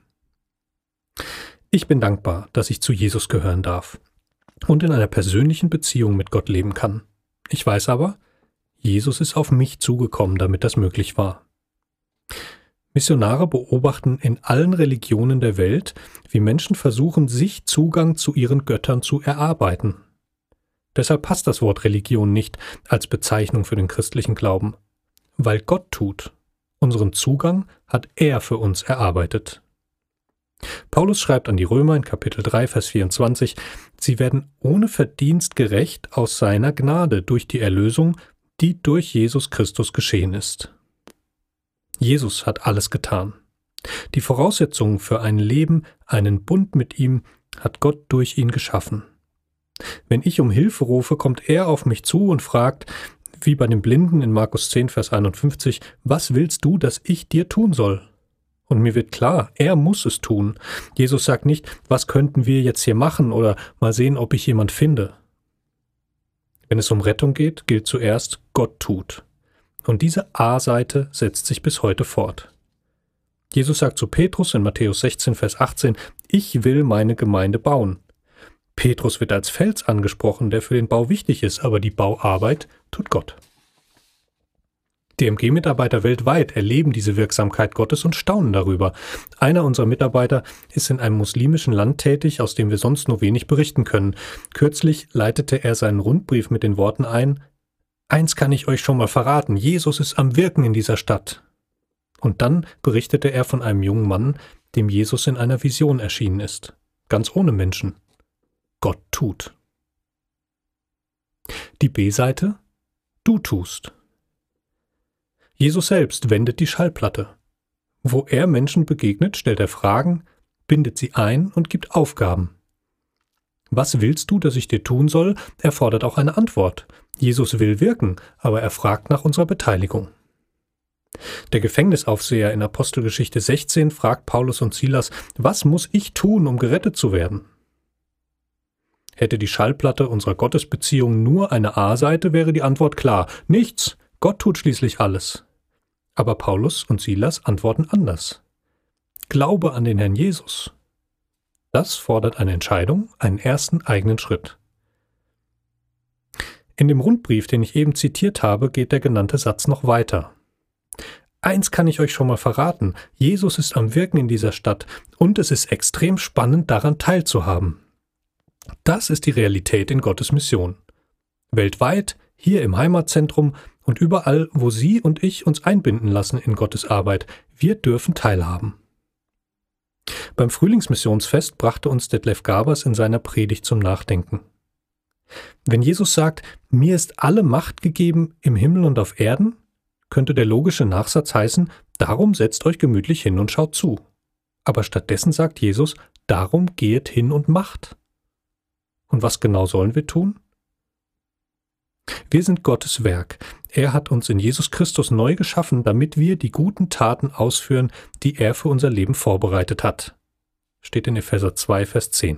S10: Ich bin dankbar, dass ich zu Jesus gehören darf und in einer persönlichen Beziehung mit Gott leben kann. Ich weiß aber, Jesus ist auf mich zugekommen, damit das möglich war. Missionare beobachten in allen Religionen der Welt, wie Menschen versuchen, sich Zugang zu ihren Göttern zu erarbeiten. Deshalb passt das Wort Religion nicht als Bezeichnung für den christlichen Glauben. Weil Gott tut. Unseren Zugang hat er für uns erarbeitet. Paulus schreibt an die Römer in Kapitel 3, Vers 24, sie werden ohne Verdienst gerecht aus seiner Gnade durch die Erlösung, die durch Jesus Christus geschehen ist. Jesus hat alles getan. Die Voraussetzungen für ein Leben, einen Bund mit ihm, hat Gott durch ihn geschaffen. Wenn ich um Hilfe rufe, kommt er auf mich zu und fragt, wie bei dem Blinden in Markus 10, Vers 51, was willst du, dass ich dir tun soll? Und mir wird klar, er muss es tun. Jesus sagt nicht, was könnten wir jetzt hier machen oder mal sehen, ob ich jemand finde. Wenn es um Rettung geht, gilt zuerst, Gott tut. Und diese A-Seite setzt sich bis heute fort. Jesus sagt zu Petrus in Matthäus 16, Vers 18, ich will meine Gemeinde bauen. Petrus wird als Fels angesprochen, der für den Bau wichtig ist, aber die Bauarbeit tut Gott. DMG-Mitarbeiter weltweit erleben diese Wirksamkeit Gottes und staunen darüber. Einer unserer Mitarbeiter ist in einem muslimischen Land tätig, aus dem wir sonst nur wenig berichten können. Kürzlich leitete er seinen Rundbrief mit den Worten ein, eins kann ich euch schon mal verraten, Jesus ist am Wirken in dieser Stadt. Und dann berichtete er von einem jungen Mann, dem Jesus in einer Vision erschienen ist. Ganz ohne Menschen. Gott tut. Die B-Seite, du tust. Jesus selbst wendet die Schallplatte. Wo er Menschen begegnet, stellt er Fragen, bindet sie ein und gibt Aufgaben. Was willst du, dass ich dir tun soll, erfordert auch eine Antwort. Jesus will wirken, aber er fragt nach unserer Beteiligung. Der Gefängnisaufseher in Apostelgeschichte 16 fragt Paulus und Silas, was muss ich tun, um gerettet zu werden? Hätte die Schallplatte unserer Gottesbeziehung nur eine A-Seite, wäre die Antwort klar, nichts. Gott tut schließlich alles. Aber Paulus und Silas antworten anders. Glaube an den Herrn Jesus. Das fordert eine Entscheidung, einen ersten eigenen Schritt. In dem Rundbrief, den ich eben zitiert habe, geht der genannte Satz noch weiter. Eins kann ich euch schon mal verraten, Jesus ist am Wirken in dieser Stadt und es ist extrem spannend, daran teilzuhaben. Das ist die Realität in Gottes Mission. Weltweit, hier im Heimatzentrum und überall, wo Sie und ich uns einbinden lassen in Gottes Arbeit, wir dürfen teilhaben. Beim Frühlingsmissionsfest brachte uns Detlef Gabers in seiner Predigt zum Nachdenken. Wenn Jesus sagt, mir ist alle Macht gegeben im Himmel und auf Erden, könnte der logische Nachsatz heißen, darum setzt euch gemütlich hin und schaut zu. Aber stattdessen sagt Jesus, darum gehet hin und macht. Und was genau sollen wir tun? Wir sind Gottes Werk. Er hat uns in Jesus Christus neu geschaffen, damit wir die guten Taten ausführen, die er für unser Leben vorbereitet hat. Steht in Epheser 2, Vers 10.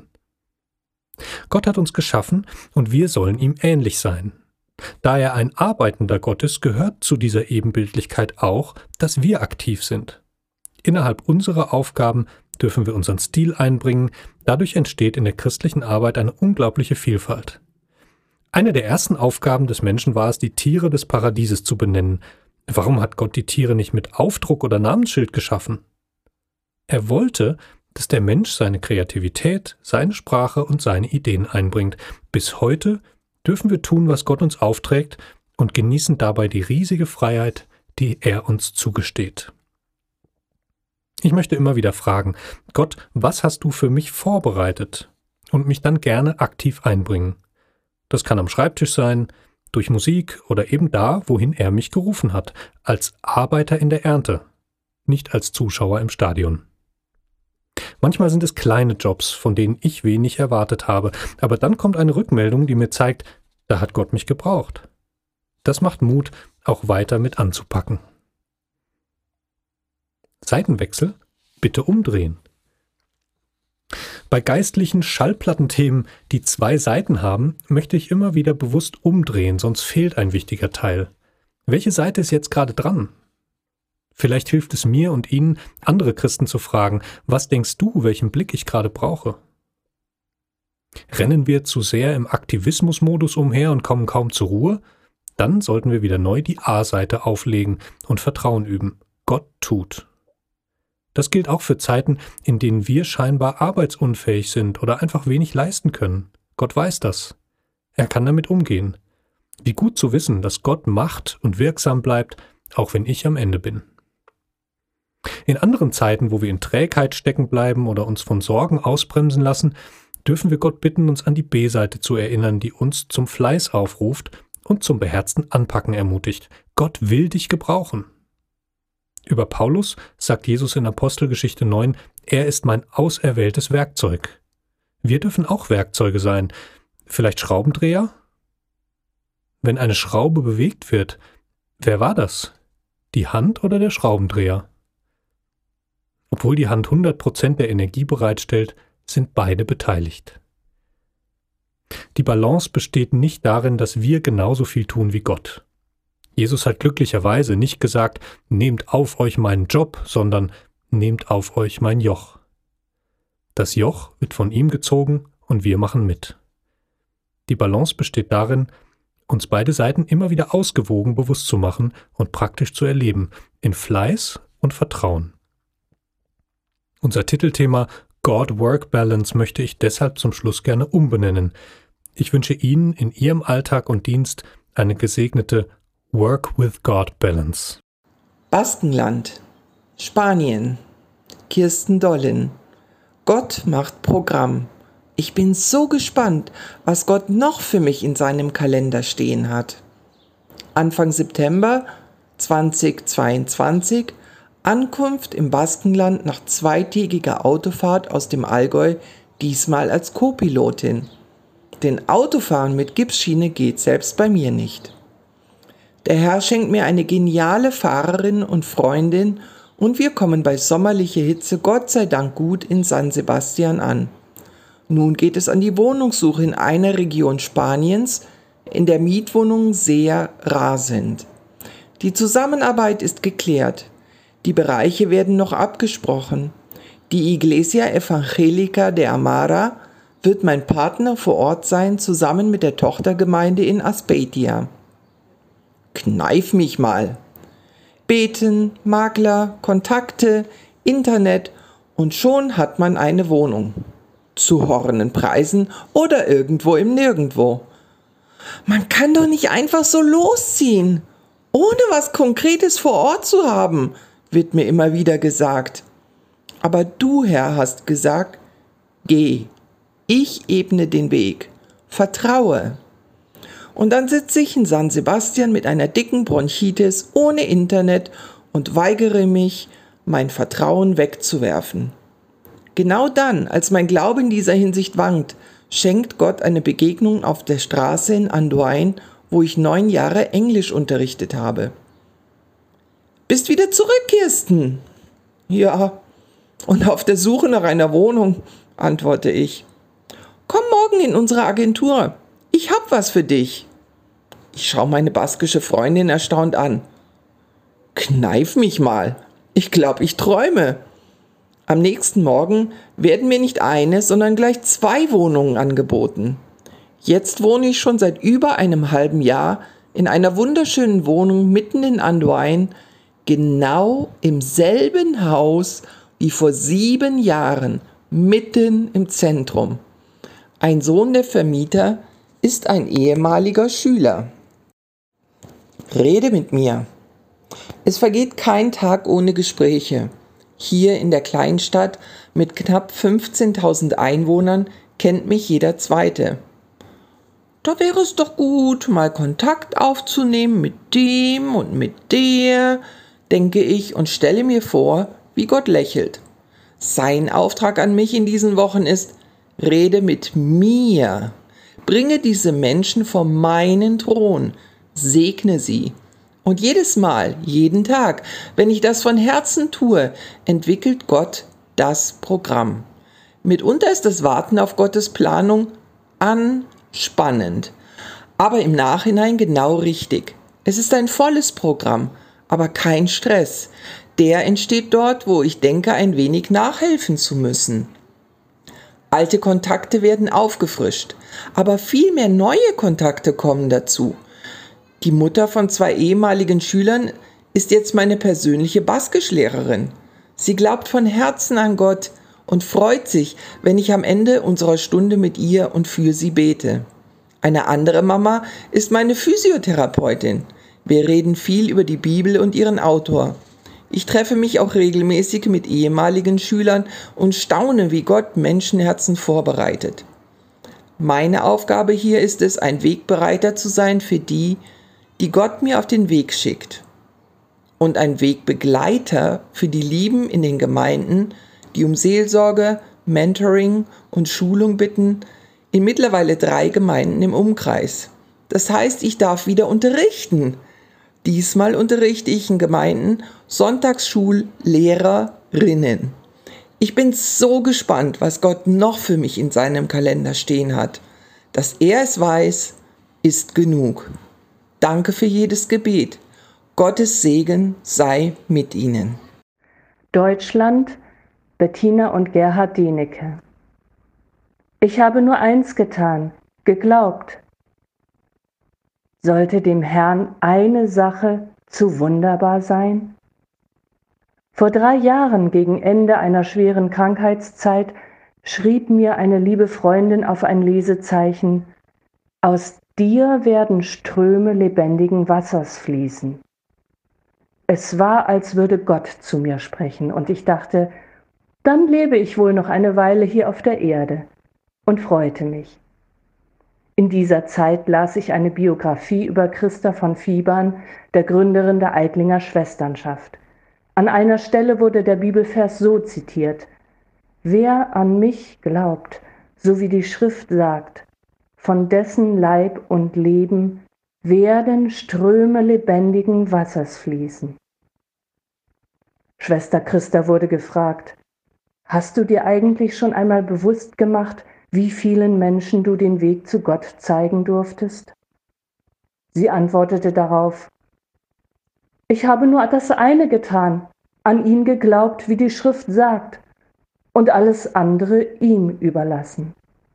S10: Gott hat uns geschaffen und wir sollen ihm ähnlich sein. Da er ein arbeitender Gott ist, gehört zu dieser Ebenbildlichkeit auch, dass wir aktiv sind. Innerhalb unserer Aufgaben dürfen wir unseren Stil einbringen, dadurch entsteht in der christlichen Arbeit eine unglaubliche Vielfalt. Eine der ersten Aufgaben des Menschen war es, die Tiere des Paradieses zu benennen. Warum hat Gott die Tiere nicht mit Aufdruck oder Namensschild geschaffen? Er wollte, dass der Mensch seine Kreativität, seine Sprache und seine Ideen einbringt. Bis heute dürfen wir tun, was Gott uns aufträgt und genießen dabei die riesige Freiheit, die er uns zugesteht. Ich möchte immer wieder fragen, Gott, was hast du für mich vorbereitet? Und mich dann gerne aktiv einbringen. Das kann am Schreibtisch sein, durch Musik oder eben da, wohin er mich gerufen hat, als Arbeiter in der Ernte, nicht als Zuschauer im Stadion. Manchmal sind es kleine Jobs, von denen ich wenig erwartet habe, aber dann kommt eine Rückmeldung, die mir zeigt, da hat Gott mich gebraucht. Das macht Mut, auch weiter mit anzupacken. Seitenwechsel? Bitte umdrehen. Bei geistlichen Schallplattenthemen, die 2 Seiten haben, möchte ich immer wieder bewusst umdrehen, sonst fehlt ein wichtiger Teil. Welche Seite ist jetzt gerade dran? Vielleicht hilft es mir und Ihnen, andere Christen zu fragen, was denkst du, welchen Blick ich gerade brauche? Rennen wir zu sehr im Aktivismusmodus umher und kommen kaum zur Ruhe? Dann sollten wir wieder neu die A-Seite auflegen und Vertrauen üben. Gott tut. Das gilt auch für Zeiten, in denen wir scheinbar arbeitsunfähig sind oder einfach wenig leisten können. Gott weiß das. Er kann damit umgehen. Wie gut zu wissen, dass Gott macht und wirksam bleibt, auch wenn ich am Ende bin. In anderen Zeiten, wo wir in Trägheit stecken bleiben oder uns von Sorgen ausbremsen lassen, dürfen wir Gott bitten, uns an die B-Seite zu erinnern, die uns zum Fleiß aufruft und zum beherzten Anpacken ermutigt. Gott will dich gebrauchen. Über Paulus sagt Jesus in Apostelgeschichte 9, er ist mein auserwähltes Werkzeug. Wir dürfen auch Werkzeuge sein. Vielleicht Schraubendreher? Wenn eine Schraube bewegt wird, wer war das? Die Hand oder der Schraubendreher? Obwohl die Hand 100% der Energie bereitstellt, sind beide beteiligt. Die Balance besteht nicht darin, dass wir genauso viel tun wie Gott. Jesus hat glücklicherweise nicht gesagt, nehmt auf euch meinen Job, sondern nehmt auf euch mein Joch. Das Joch wird von ihm gezogen und wir machen mit. Die Balance besteht darin, uns beide Seiten immer wieder ausgewogen bewusst zu machen und praktisch zu erleben, in Fleiß und Vertrauen. Unser Titelthema God-Work-Balance möchte ich deshalb zum Schluss gerne umbenennen. Ich wünsche Ihnen in Ihrem Alltag und Dienst eine gesegnete Work-with-God-Balance.
S11: Baskenland, Spanien, Kirsten Dollin. Gott macht Programm. Ich bin so gespannt, was Gott noch für mich in seinem Kalender stehen hat. Anfang September 2022, Ankunft im Baskenland nach zweitägiger Autofahrt aus dem Allgäu, diesmal als Co-Pilotin. Denn Autofahren mit Gipsschiene geht selbst bei mir nicht. Der Herr schenkt mir eine geniale Fahrerin und Freundin und wir kommen bei sommerlicher Hitze Gott sei Dank gut in San Sebastian an. Nun geht es an die Wohnungssuche in einer Region Spaniens, in der Mietwohnungen sehr rar sind. Die Zusammenarbeit ist geklärt. Die Bereiche werden noch abgesprochen. Die Iglesia Evangelica de Amara wird mein Partner vor Ort sein, zusammen mit der Tochtergemeinde in Azpeitia. Kneif mich mal! Beten, Makler, Kontakte, Internet und schon hat man eine Wohnung. Zu horrenden Preisen oder irgendwo im Nirgendwo. Man kann doch nicht einfach so losziehen, ohne was Konkretes vor Ort zu haben, wird mir immer wieder gesagt. Aber du, Herr, hast gesagt, geh, ich ebne den Weg, vertraue. Und dann sitze ich in San Sebastian mit einer dicken Bronchitis ohne Internet und weigere mich, mein Vertrauen wegzuwerfen. Genau dann, als mein Glaube in dieser Hinsicht wankt, schenkt Gott eine Begegnung auf der Straße in Andoain, wo ich 9 Jahre Englisch unterrichtet habe. Bist wieder zurück, Kirsten? Ja, und auf der Suche nach einer Wohnung, antworte ich. Komm morgen in unsere Agentur. Ich hab was für dich. Ich schaue meine baskische Freundin erstaunt an. Kneif mich mal. Ich glaube, ich träume. Am nächsten Morgen werden mir nicht eine, sondern gleich 2 Wohnungen angeboten. Jetzt wohne ich schon seit über einem halben Jahr in einer wunderschönen Wohnung mitten in Andoain, genau im selben Haus wie vor 7 Jahren, mitten im Zentrum. Ein Sohn der Vermieter ist ein ehemaliger Schüler. Rede mit mir. Es vergeht kein Tag ohne Gespräche. Hier in der Kleinstadt mit knapp 15.000 Einwohnern kennt mich jeder Zweite. Da wäre es doch gut, mal Kontakt aufzunehmen mit dem und mit der, denke ich und stelle mir vor, wie Gott lächelt. Sein Auftrag an mich in diesen Wochen ist, rede mit mir. Bringe diese Menschen vor meinen Thron, segne sie. Und jedes Mal, jeden Tag, wenn ich das von Herzen tue, entwickelt Gott das Programm. Mitunter ist das Warten auf Gottes Planung anspannend, aber im Nachhinein genau richtig. Es ist ein volles Programm, aber kein Stress. Der entsteht dort, wo ich denke, ein wenig nachhelfen zu müssen. Alte Kontakte werden aufgefrischt, aber viel mehr neue Kontakte kommen dazu. Die Mutter von 2 ehemaligen Schülern ist jetzt meine persönliche Baskischlehrerin. Sie glaubt von Herzen an Gott und freut sich, wenn ich am Ende unserer Stunde mit ihr und für sie bete. Eine andere Mama ist meine Physiotherapeutin. Wir reden viel über die Bibel und ihren Autor. Ich treffe mich auch regelmäßig mit ehemaligen Schülern und staune, wie Gott Menschenherzen vorbereitet. Meine Aufgabe hier ist es, ein Wegbereiter zu sein für die, die Gott mir auf den Weg schickt. Und ein Wegbegleiter für die Lieben in den Gemeinden, die um Seelsorge, Mentoring und Schulung bitten, in mittlerweile 3 Gemeinden im Umkreis. Das heißt, ich darf wieder unterrichten. Diesmal unterrichte ich in Gemeinden Sonntagsschullehrerinnen. Ich bin so gespannt, was Gott noch für mich in seinem Kalender stehen hat. Dass er es weiß, ist genug. Danke für jedes Gebet. Gottes Segen sei mit Ihnen.
S12: Deutschland, Bettina und Gerhard Dienecke. Ich habe nur eins getan, geglaubt. Sollte dem Herrn eine Sache zu wunderbar sein? Vor 3 Jahren, gegen Ende einer schweren Krankheitszeit, schrieb mir eine liebe Freundin auf ein Lesezeichen: Aus dir werden Ströme lebendigen Wassers fließen. Es war, als würde Gott zu mir sprechen, und ich dachte, dann lebe ich wohl noch eine Weile hier auf der Erde, und freute mich. In dieser Zeit las ich eine Biografie über Christa von Fiebern, der Gründerin der Eitlinger Schwesternschaft. An einer Stelle wurde der Bibelvers so zitiert: Wer an mich glaubt, so wie die Schrift sagt, von dessen Leib und Leben werden Ströme lebendigen Wassers fließen. Schwester Christa wurde gefragt: Hast du dir eigentlich schon einmal bewusst gemacht, wie vielen Menschen du den Weg zu Gott zeigen durftest? Sie antwortete darauf: Ich habe nur das eine getan, an ihn geglaubt, wie die Schrift sagt, und alles andere ihm überlassen.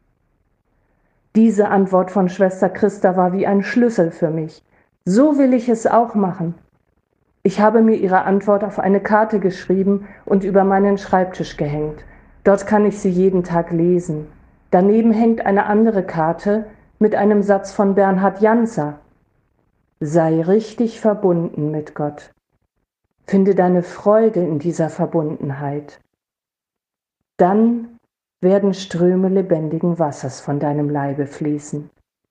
S12: Diese Antwort von Schwester Christa war wie ein Schlüssel für mich. So will ich es auch machen. Ich habe mir ihre Antwort auf eine Karte geschrieben und über meinen Schreibtisch gehängt. Dort kann ich sie jeden Tag lesen. Daneben hängt eine andere Karte mit einem Satz von Bernhard Janzer: Sei richtig verbunden mit Gott. Finde deine Freude in dieser Verbundenheit. Dann werden Ströme lebendigen Wassers von deinem Leibe fließen.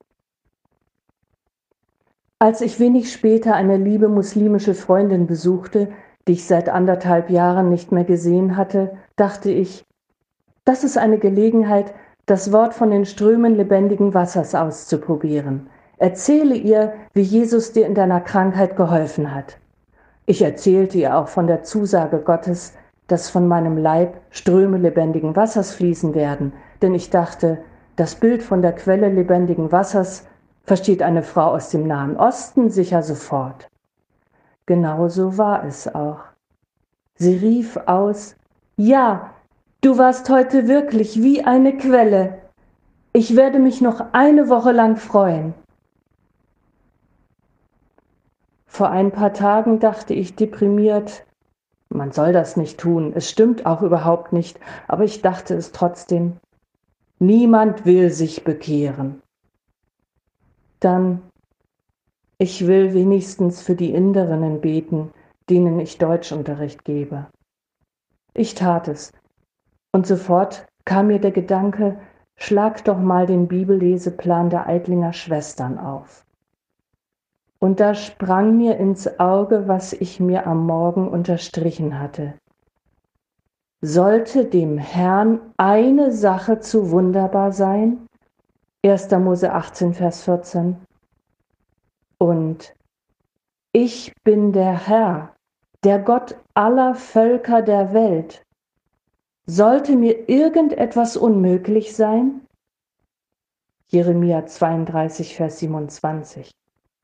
S12: Als ich wenig später eine liebe muslimische Freundin besuchte, die ich seit 1,5 Jahren nicht mehr gesehen hatte, dachte ich, das ist eine Gelegenheit, das Wort von den Strömen lebendigen Wassers auszuprobieren. Erzähle ihr, wie Jesus dir in deiner Krankheit geholfen hat. Ich erzählte ihr auch von der Zusage Gottes, dass von meinem Leib Ströme lebendigen Wassers fließen werden, denn ich dachte, das Bild von der Quelle lebendigen Wassers versteht eine Frau aus dem Nahen Osten sicher sofort. Genauso war es auch. Sie rief aus: Ja, du warst heute wirklich wie eine Quelle. Ich werde mich noch eine Woche lang freuen. Vor ein paar Tagen dachte ich deprimiert, man soll das nicht tun, es stimmt auch überhaupt nicht, aber ich dachte es trotzdem, niemand will sich bekehren. Dann, ich will wenigstens für die Inderinnen beten, denen ich Deutschunterricht gebe. Ich tat es, und sofort kam mir der Gedanke, schlag doch mal den Bibelleseplan der Eitlinger Schwestern auf. Und da sprang mir ins Auge, was ich mir am Morgen unterstrichen hatte. Sollte dem Herrn eine Sache zu wunderbar sein? 1. Mose 18, Vers 14. Und ich bin der Herr, der Gott aller Völker der Welt. Sollte mir irgendetwas unmöglich sein? Jeremia 32, Vers 27.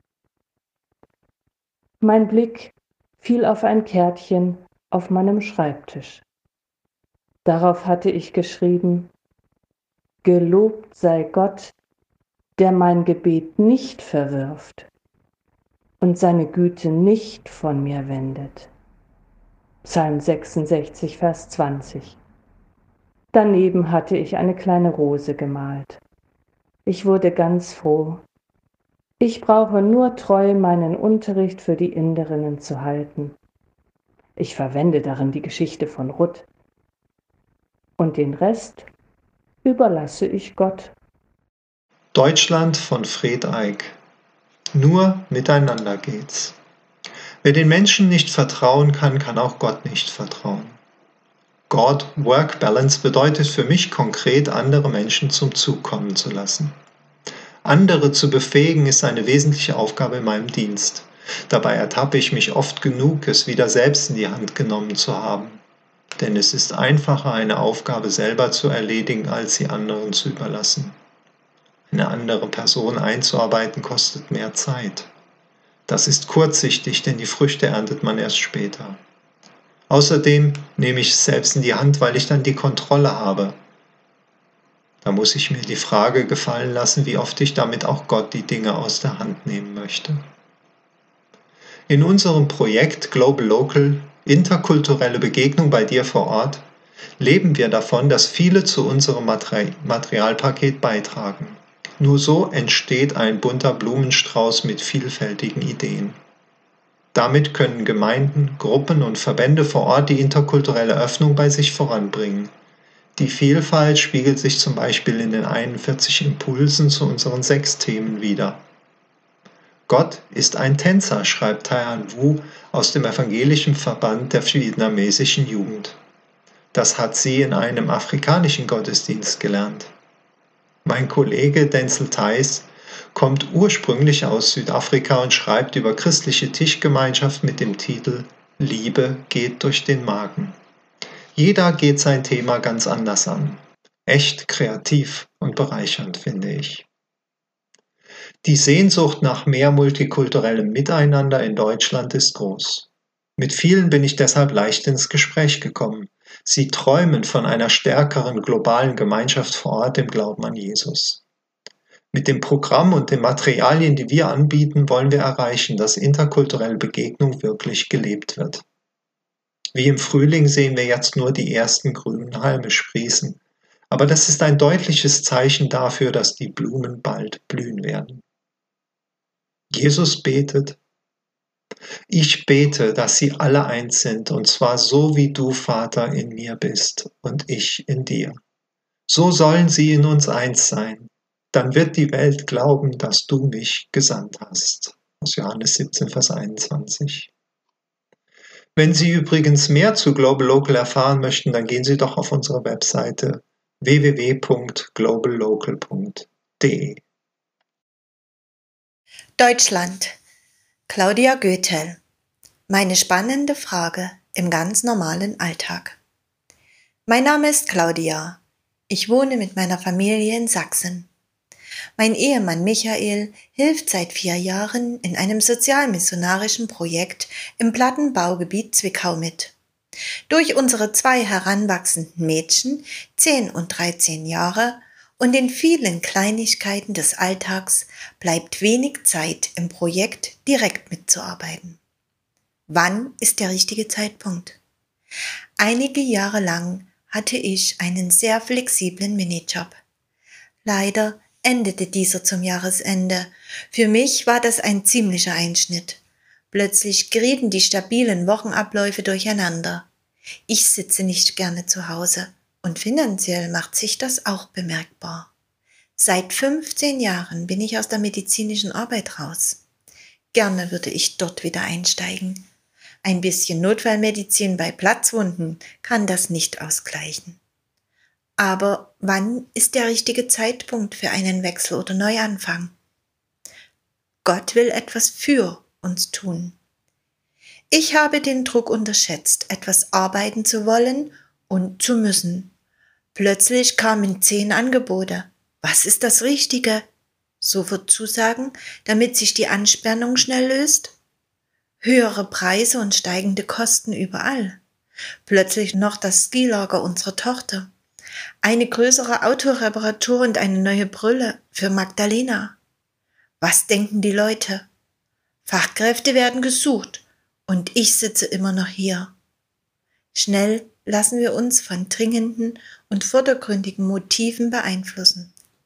S12: Mein Blick fiel auf ein Kärtchen auf meinem Schreibtisch. Darauf hatte ich geschrieben: Gelobt sei Gott, der mein Gebet nicht verwirft und seine Güte nicht von mir wendet. Psalm 66, Vers 20. Daneben hatte ich eine kleine Rose gemalt. Ich wurde ganz froh. Ich brauche nur treu meinen Unterricht für die Inderinnen zu halten. Ich verwende darin die Geschichte von Ruth. Und den Rest überlasse ich Gott.
S13: Deutschland von Fred Eick. Nur miteinander geht's. Wer den Menschen nicht vertrauen kann, kann auch Gott nicht vertrauen. God-Work-Balance bedeutet für mich konkret, andere Menschen zum Zug kommen zu lassen. Andere zu befähigen ist eine wesentliche Aufgabe in meinem Dienst. Dabei ertappe ich mich oft genug, es wieder selbst in die Hand genommen zu haben. Denn es ist einfacher, eine Aufgabe selber zu erledigen, als sie anderen zu überlassen. Eine andere Person einzuarbeiten kostet mehr Zeit. Das ist kurzsichtig, denn die Früchte erntet man erst später. Außerdem nehme ich es selbst in die Hand, weil ich dann die Kontrolle habe. Da muss ich mir die Frage gefallen lassen, wie oft ich damit auch Gott die Dinge aus der Hand nehmen möchte. In unserem Projekt Global Local, interkulturelle Begegnung bei dir vor Ort, leben wir davon, dass viele zu unserem Materialpaket beitragen. Nur so entsteht ein bunter Blumenstrauß mit vielfältigen Ideen. Damit können Gemeinden, Gruppen und Verbände vor Ort die interkulturelle Öffnung bei sich voranbringen. Die Vielfalt spiegelt sich zum Beispiel in den 41 Impulsen zu unseren 6 Themen wider. Gott ist ein Tänzer, schreibt Taihan Wu aus dem evangelischen Verband der vietnamesischen Jugend. Das hat sie in einem afrikanischen Gottesdienst gelernt. Mein Kollege Denzel Theis kommt ursprünglich aus Südafrika und schreibt über christliche Tischgemeinschaft mit dem Titel Liebe geht durch den Magen. Jeder geht sein Thema ganz anders an. Echt kreativ und bereichernd, finde ich. Die Sehnsucht nach mehr multikulturellem Miteinander in Deutschland ist groß. Mit vielen bin ich deshalb leicht ins Gespräch gekommen. Sie träumen von einer stärkeren globalen Gemeinschaft vor Ort im Glauben an Jesus. Mit dem Programm und den Materialien, die wir anbieten, wollen wir erreichen, dass interkulturelle Begegnung wirklich gelebt wird. Wie im Frühling sehen wir jetzt nur die ersten grünen Halme sprießen. Aber das ist ein deutliches Zeichen dafür, dass die Blumen bald blühen werden. Jesus betet: Ich bete, dass sie alle eins sind, und zwar so wie du, Vater, in mir bist und ich in dir. So sollen sie in uns eins sein. Dann wird die Welt glauben, dass du mich gesandt hast. Aus Johannes 17, Vers 21. Wenn Sie übrigens mehr zu Global Local erfahren möchten, dann gehen Sie doch auf unsere Webseite www.globallocal.de.
S14: Deutschland. Claudia Goethel. Meine spannende Frage im ganz normalen Alltag. Mein Name ist Claudia. Ich wohne mit meiner Familie in Sachsen. Mein Ehemann Michael hilft seit 4 Jahren in einem sozialmissionarischen Projekt im Plattenbaugebiet Zwickau mit. Durch unsere 2 heranwachsenden Mädchen, 10 und 13 Jahre, und den vielen Kleinigkeiten des Alltags bleibt wenig Zeit, im Projekt direkt mitzuarbeiten. Wann ist der richtige Zeitpunkt? Einige Jahre lang hatte ich einen sehr flexiblen Minijob. Leider endete dieser zum Jahresende. Für mich war das ein ziemlicher Einschnitt. Plötzlich gerieten die stabilen Wochenabläufe durcheinander. Ich sitze nicht gerne zu Hause. Und finanziell macht sich das auch bemerkbar. Seit 15 Jahren bin ich aus der medizinischen Arbeit raus. Gerne würde ich dort wieder einsteigen. Ein bisschen Notfallmedizin bei Platzwunden kann das nicht ausgleichen. Aber wann ist der richtige Zeitpunkt für einen Wechsel oder Neuanfang? Gott will etwas für uns tun. Ich habe den Druck unterschätzt, etwas arbeiten zu wollen und zu müssen. Plötzlich kamen 10 Angebote. Was ist das Richtige? Sofort zusagen, damit sich die Anspannung schnell löst? Höhere Preise und steigende Kosten überall. Plötzlich noch das Skilager unserer Tochter. Eine größere Autoreparatur und eine neue Brille für Magdalena. Was denken die Leute? Fachkräfte werden gesucht und ich sitze immer noch hier. Schnell lassen wir uns von dringenden und vordergründigen Motiven beeinflussen.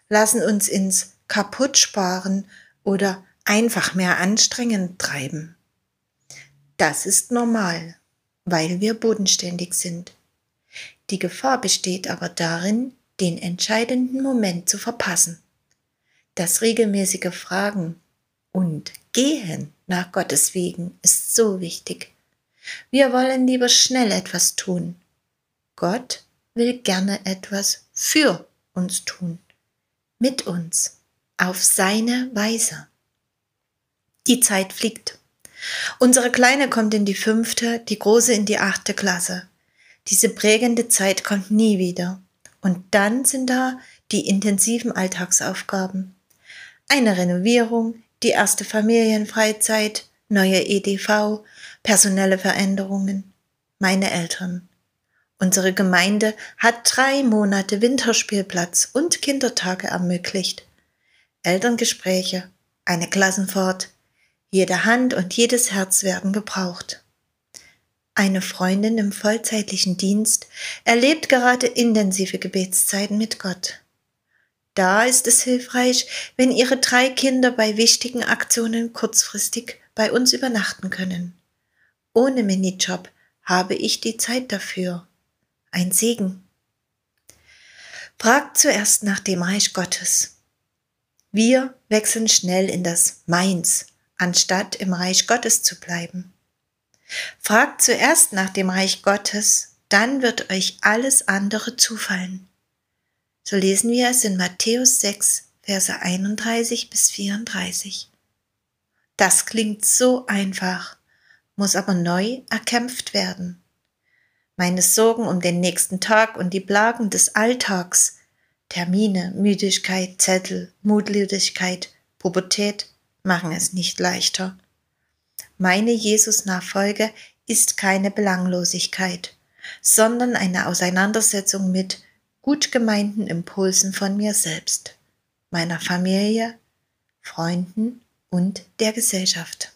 S14: lassen uns ins Kaputtsparen oder einfach mehr anstrengend treiben. Das ist normal, weil wir bodenständig sind. Die Gefahr besteht aber darin, den entscheidenden Moment zu verpassen. Das regelmäßige Fragen und Gehen nach Gottes Wegen ist so wichtig. Wir wollen lieber schnell etwas tun. Gott will gerne etwas für uns tun, mit uns, auf seine Weise. Die Zeit fliegt. Unsere Kleine kommt in die 5., die Große in die 8. Klasse. Diese prägende Zeit kommt nie wieder. Und dann sind da die intensiven Alltagsaufgaben. Eine Renovierung, die erste Familienfreizeit, neue EDV, personelle Veränderungen. Meine Eltern. Unsere Gemeinde hat 3 Monate Winterspielplatz und Kindertage ermöglicht. Elterngespräche, eine Klassenfahrt, jede Hand und jedes Herz werden gebraucht. Eine Freundin im vollzeitlichen Dienst erlebt gerade intensive Gebetszeiten mit Gott. Da ist es hilfreich, wenn ihre 3 Kinder bei wichtigen Aktionen kurzfristig bei uns übernachten können. Ohne Minijob habe ich die Zeit dafür. Ein Segen. Fragt zuerst nach dem Reich Gottes. Wir wechseln schnell in das Meins, anstatt im Reich Gottes zu bleiben. Fragt zuerst nach dem Reich Gottes, dann wird euch alles andere zufallen. So lesen wir es in Matthäus 6, Verse 31 bis 34. Das klingt so einfach, muss aber neu erkämpft werden. Meine Sorgen um den nächsten Tag und die Plagen des Alltags, Termine, Müdigkeit, Zettel, Mutlosigkeit, Pubertät, machen es nicht leichter. Meine Jesus-Nachfolge ist keine Belanglosigkeit, sondern eine Auseinandersetzung mit gut gemeinten Impulsen von mir selbst, meiner Familie, Freunden und der Gesellschaft.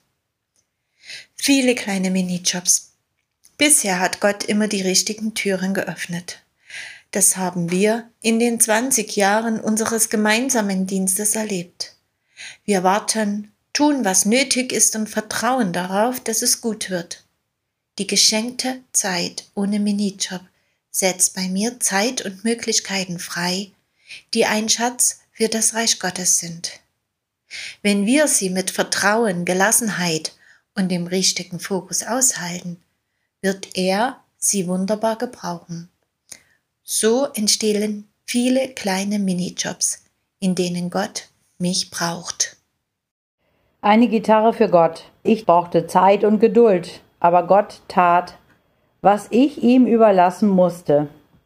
S14: Viele kleine Minijobs. Bisher hat Gott immer die richtigen Türen geöffnet. Das haben wir in den 20 Jahren unseres gemeinsamen Dienstes erlebt. Wir warten, tun, was nötig ist und vertrauen darauf, dass es gut wird. Die geschenkte Zeit ohne Minijob setzt bei mir Zeit und Möglichkeiten frei, die ein Schatz für das Reich Gottes sind. Wenn wir sie mit Vertrauen, Gelassenheit und dem richtigen Fokus aushalten, wird er sie wunderbar gebrauchen. So entstehen viele kleine Minijobs, in denen Gott mich braucht.
S15: Eine Gitarre für Gott. Ich brauchte Zeit und Geduld, aber Gott tat, was ich ihm überlassen musste.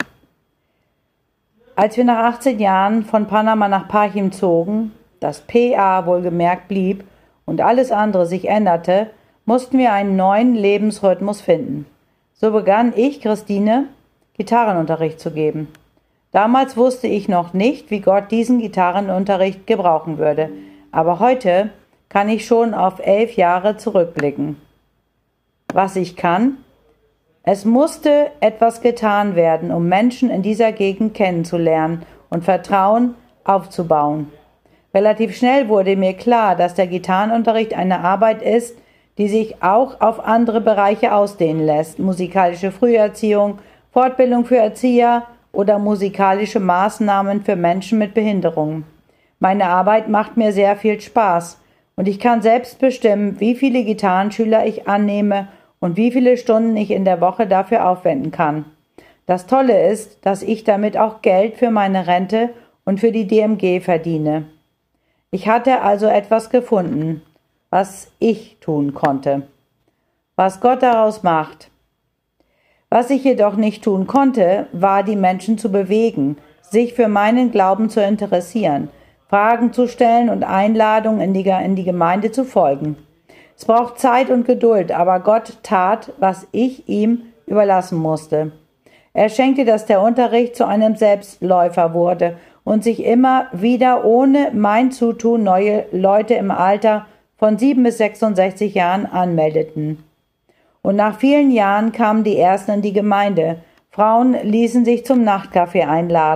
S15: Als wir nach 18 Jahren von Panama nach Parchim zogen, das PA wohlgemerkt blieb und alles andere sich änderte, mussten wir einen neuen Lebensrhythmus finden. So begann ich, Christine, Gitarrenunterricht zu geben. Damals wusste ich noch nicht, wie Gott diesen Gitarrenunterricht gebrauchen würde, aber heute kann ich schon auf 11 Jahre zurückblicken. Was ich kann? Es musste etwas getan werden, um Menschen in dieser Gegend kennenzulernen und Vertrauen aufzubauen. Relativ schnell wurde mir klar, dass der Gitarrenunterricht eine Arbeit ist, die sich auch auf andere Bereiche ausdehnen lässt. Musikalische Früherziehung, Fortbildung für Erzieher oder musikalische Maßnahmen für Menschen mit Behinderungen. Meine Arbeit macht mir sehr viel Spaß und ich kann selbst bestimmen, wie viele Gitarrenschüler ich annehme und wie viele Stunden ich in der Woche dafür aufwenden kann. Das Tolle ist, dass ich damit auch Geld für meine Rente und für die DMG verdiene. Ich hatte also etwas gefunden, was ich tun konnte. Was Gott daraus macht. Was ich jedoch nicht tun konnte, war, die Menschen zu bewegen, sich für meinen Glauben zu interessieren, Fragen zu stellen und Einladungen in die Gemeinde zu folgen. Es braucht Zeit und Geduld, aber Gott tat, was ich ihm überlassen musste. Er schenkte, dass der Unterricht zu einem Selbstläufer wurde und sich immer wieder ohne mein Zutun neue Leute im Alter von 7 bis 66 Jahren anmeldeten. Und nach vielen Jahren kamen die Ersten in die Gemeinde. Frauen ließen sich zum Nachtkaffee einladen.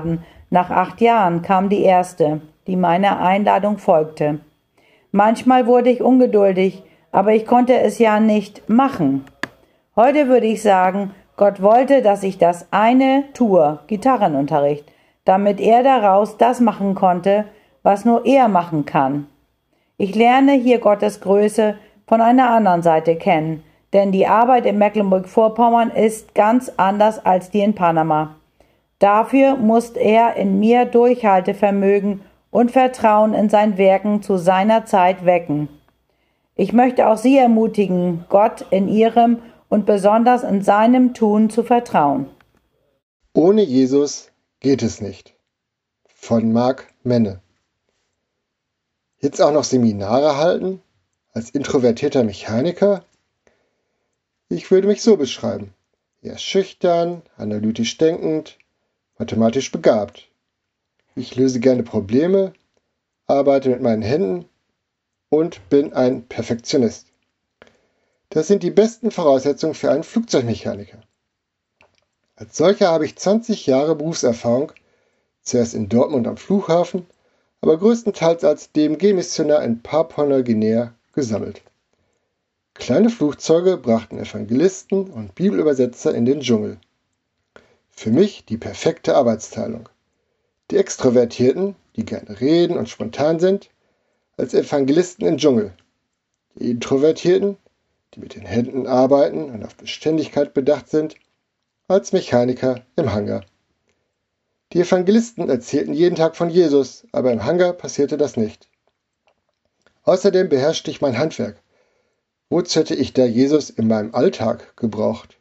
S15: Nach 8 Jahren kam die erste, die meiner Einladung folgte. Manchmal wurde ich ungeduldig, aber ich konnte es ja nicht machen. Heute würde ich sagen, Gott wollte, dass ich das eine tue, Gitarrenunterricht, damit er daraus das machen konnte, was nur er machen kann. Ich lerne hier Gottes Größe von einer anderen Seite kennen, denn die Arbeit in Mecklenburg-Vorpommern ist ganz anders als die in Panama. Dafür muss er in mir Durchhaltevermögen und Vertrauen in sein Wirken zu seiner Zeit wecken. Ich möchte auch Sie ermutigen, Gott in Ihrem und besonders in seinem Tun zu vertrauen.
S16: Ohne Jesus geht es nicht. Von Marc Menne. Jetzt auch noch Seminare halten? Als introvertierter Mechaniker? Ich würde mich so beschreiben. Eher schüchtern, analytisch denkend, mathematisch begabt. Ich löse gerne Probleme, arbeite mit meinen Händen und bin ein Perfektionist. Das sind die besten Voraussetzungen für einen Flugzeugmechaniker. Als solcher habe ich 20 Jahre Berufserfahrung, zuerst in Dortmund am Flughafen, aber größtenteils als DMG-Missionar in Papua-Neuguinea gesammelt. Kleine Flugzeuge brachten Evangelisten und Bibelübersetzer in den Dschungel. Für mich die perfekte Arbeitsteilung. Die Extrovertierten, die gerne reden und spontan sind, als Evangelisten im Dschungel. Die Introvertierten, die mit den Händen arbeiten und auf Beständigkeit bedacht sind, als Mechaniker im Hangar. Die Evangelisten erzählten jeden Tag von Jesus, aber im Hangar passierte das nicht. Außerdem beherrschte ich mein Handwerk. Wozu hätte ich da Jesus in meinem Alltag gebraucht?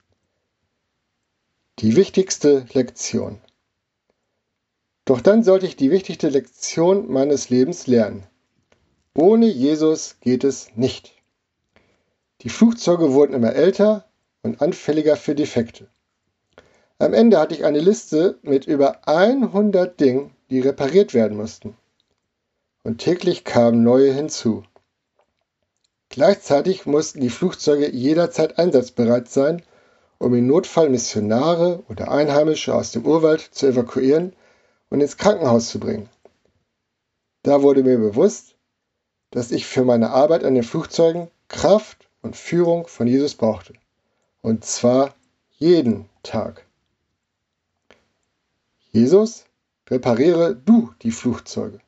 S16: Die wichtigste Lektion. Doch dann sollte ich die wichtigste Lektion meines Lebens lernen. Ohne Jesus geht es nicht. Die Flugzeuge wurden immer älter und anfälliger für Defekte. Am Ende hatte ich eine Liste mit über 100 Dingen, die repariert werden mussten. Und täglich kamen neue hinzu. Gleichzeitig mussten die Flugzeuge jederzeit einsatzbereit sein, um im Notfall Missionare oder Einheimische aus dem Urwald zu evakuieren und ins Krankenhaus zu bringen. Da wurde mir bewusst, dass ich für meine Arbeit an den Flugzeugen Kraft und Führung von Jesus brauchte. Und zwar jeden Tag. Jesus, repariere du die Flugzeuge.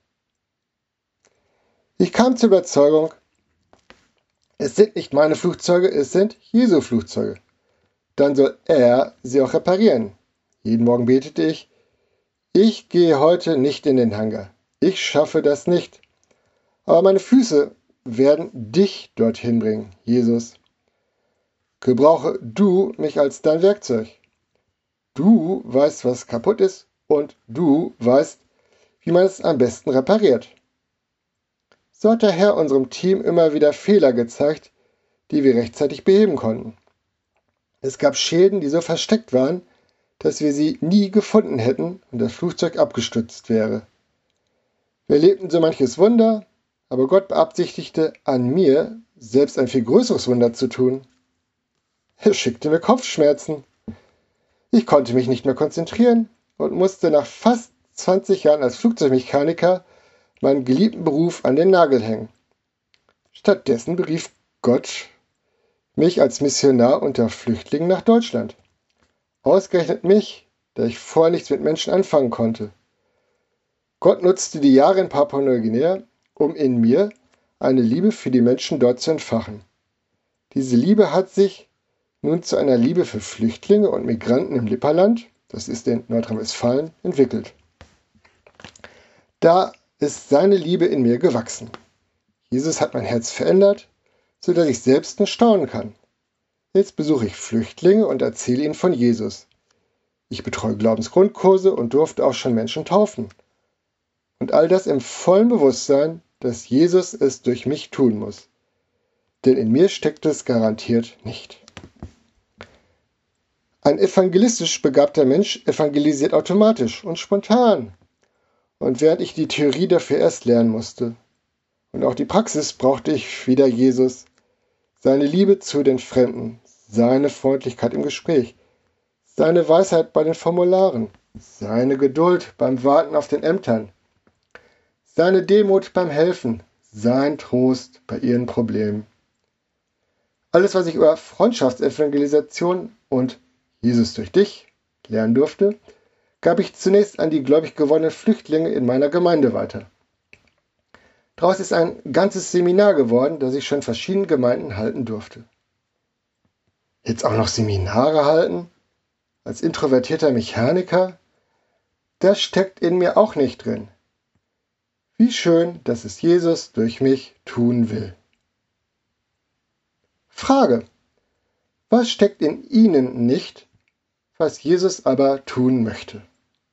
S16: Ich kam zur Überzeugung, es sind nicht meine Flugzeuge, es sind Jesu Flugzeuge. Dann soll er sie auch reparieren. Jeden Morgen betete ich gehe heute nicht in den Hangar. Ich schaffe das nicht. Aber meine Füße werden dich dorthin bringen, Jesus. Gebrauche du mich als dein Werkzeug. Du weißt, was kaputt ist und du weißt, wie man es am besten repariert. So hat der Herr unserem Team immer wieder Fehler gezeigt, die wir rechtzeitig beheben konnten. Es gab Schäden, die so versteckt waren, dass wir sie nie gefunden hätten und das Flugzeug abgestürzt wäre. Wir erlebten so manches Wunder, aber Gott beabsichtigte, an mir selbst ein viel größeres Wunder zu tun. Er schickte mir Kopfschmerzen. Ich konnte mich nicht mehr konzentrieren und musste nach fast 20 Jahren als Flugzeugmechaniker meinen geliebten Beruf an den Nagel hängen. Stattdessen berief Gott mich als Missionar unter Flüchtlingen nach Deutschland. Ausgerechnet mich, da ich vorher nichts mit Menschen anfangen konnte. Gott nutzte die Jahre in Papua-Neuguinea, um in mir eine Liebe für die Menschen dort zu entfachen. Diese Liebe hat sich nun zu einer Liebe für Flüchtlinge und Migranten im Lipperland, das ist in Nordrhein-Westfalen, entwickelt. Da ist seine Liebe in mir gewachsen. Jesus hat mein Herz verändert, sodass ich selbst nur staunen kann. Jetzt besuche ich Flüchtlinge und erzähle ihnen von Jesus. Ich betreue Glaubensgrundkurse und durfte auch schon Menschen taufen. Und all das im vollen Bewusstsein, dass Jesus es durch mich tun muss. Denn in mir steckt es garantiert nicht. Ein evangelistisch begabter Mensch evangelisiert automatisch und spontan. Und während ich die Theorie dafür erst lernen musste und auch die Praxis, brauchte ich wieder Jesus, seine Liebe zu den Fremden, seine Freundlichkeit im Gespräch, seine Weisheit bei den Formularen, seine Geduld beim Warten auf den Ämtern, seine Demut beim Helfen, sein Trost bei ihren Problemen. Alles, was ich über Freundschaftsevangelisation und Jesus durch dich lernen durfte, gab ich zunächst an die gläubig gewordenen Flüchtlinge in meiner Gemeinde weiter. Daraus ist ein ganzes Seminar geworden, das ich schon in verschiedenen Gemeinden halten durfte. Jetzt auch noch Seminare halten? Als introvertierter Mechaniker? Das steckt in mir auch nicht drin. Wie schön, dass es Jesus durch mich tun will. Frage: Was steckt in Ihnen nicht, was Jesus aber tun möchte?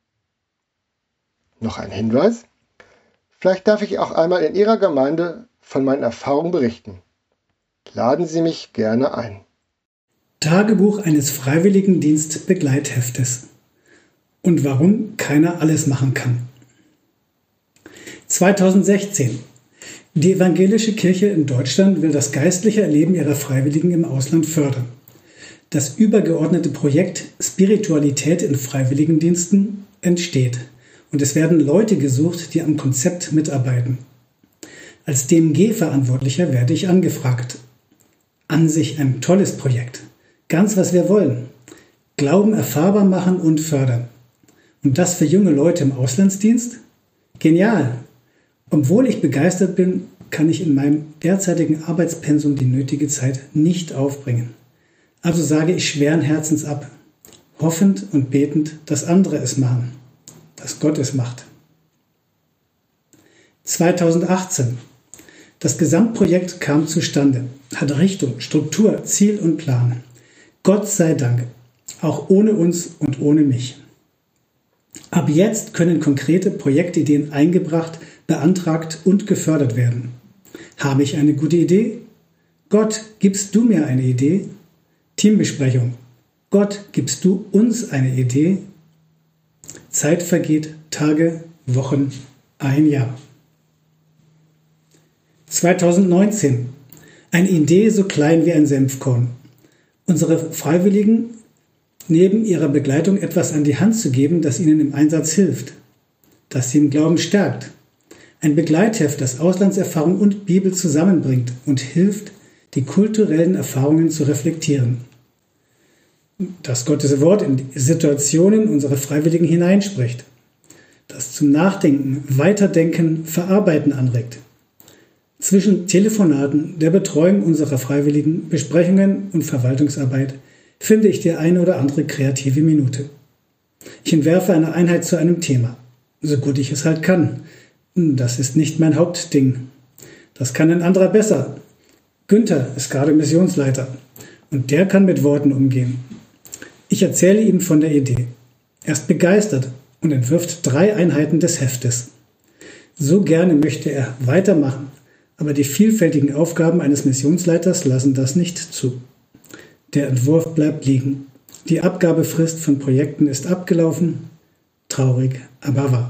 S16: Noch ein Hinweis: Vielleicht darf ich auch einmal in Ihrer Gemeinde von meinen Erfahrungen berichten. Laden Sie mich gerne ein.
S17: Tagebuch eines Freiwilligendienst-Begleitheftes. Und warum keiner alles machen kann. 2016. Die evangelische Kirche in Deutschland will das geistliche Erleben ihrer Freiwilligen im Ausland fördern. Das übergeordnete Projekt Spiritualität in Freiwilligendiensten entsteht und es werden Leute gesucht, die am Konzept mitarbeiten. Als DMG-Verantwortlicher werde ich angefragt. An sich ein tolles Projekt. Ganz was wir wollen. Glauben erfahrbar machen und fördern. Und das für junge Leute im Auslandsdienst? Genial! Obwohl ich begeistert bin, kann ich in meinem derzeitigen Arbeitspensum die nötige Zeit nicht aufbringen. Also sage ich schweren Herzens ab, hoffend und betend, dass andere es machen, dass Gott es macht. 2018. Das Gesamtprojekt kam zustande, hat Richtung, Struktur, Ziel und Plan. Gott sei Dank, auch ohne uns und ohne mich. Ab jetzt können konkrete Projektideen eingebracht, beantragt und gefördert werden. Habe ich eine gute Idee? Gott, gibst du mir eine Idee? Teambesprechung. Gott, gibst du uns eine Idee? Zeit vergeht, Tage, Wochen, ein Jahr. 2019. Eine Idee so klein wie ein Senfkorn. Unsere Freiwilligen neben ihrer Begleitung etwas an die Hand zu geben, das ihnen im Einsatz hilft, das sie im Glauben stärkt. Ein Begleitheft, das Auslandserfahrung und Bibel zusammenbringt und hilft, die kulturellen Erfahrungen zu reflektieren. Das Gottes Wort in die Situationen unserer Freiwilligen hineinspricht, das zum Nachdenken, Weiterdenken, Verarbeiten anregt. Zwischen Telefonaten, der Betreuung unserer Freiwilligen, Besprechungen und Verwaltungsarbeit finde ich die eine oder andere kreative Minute. Ich entwerfe eine Einheit zu einem Thema, so gut ich es halt kann. Das ist nicht mein Hauptding. Das kann ein anderer besser. Günther ist gerade Missionsleiter und der kann mit Worten umgehen. Ich erzähle ihm von der Idee. Er ist begeistert und entwirft 3 Einheiten des Heftes. So gerne möchte er weitermachen, aber die vielfältigen Aufgaben eines Missionsleiters lassen das nicht zu. Der Entwurf bleibt liegen. Die Abgabefrist von Projekten ist abgelaufen. Traurig, aber wahr.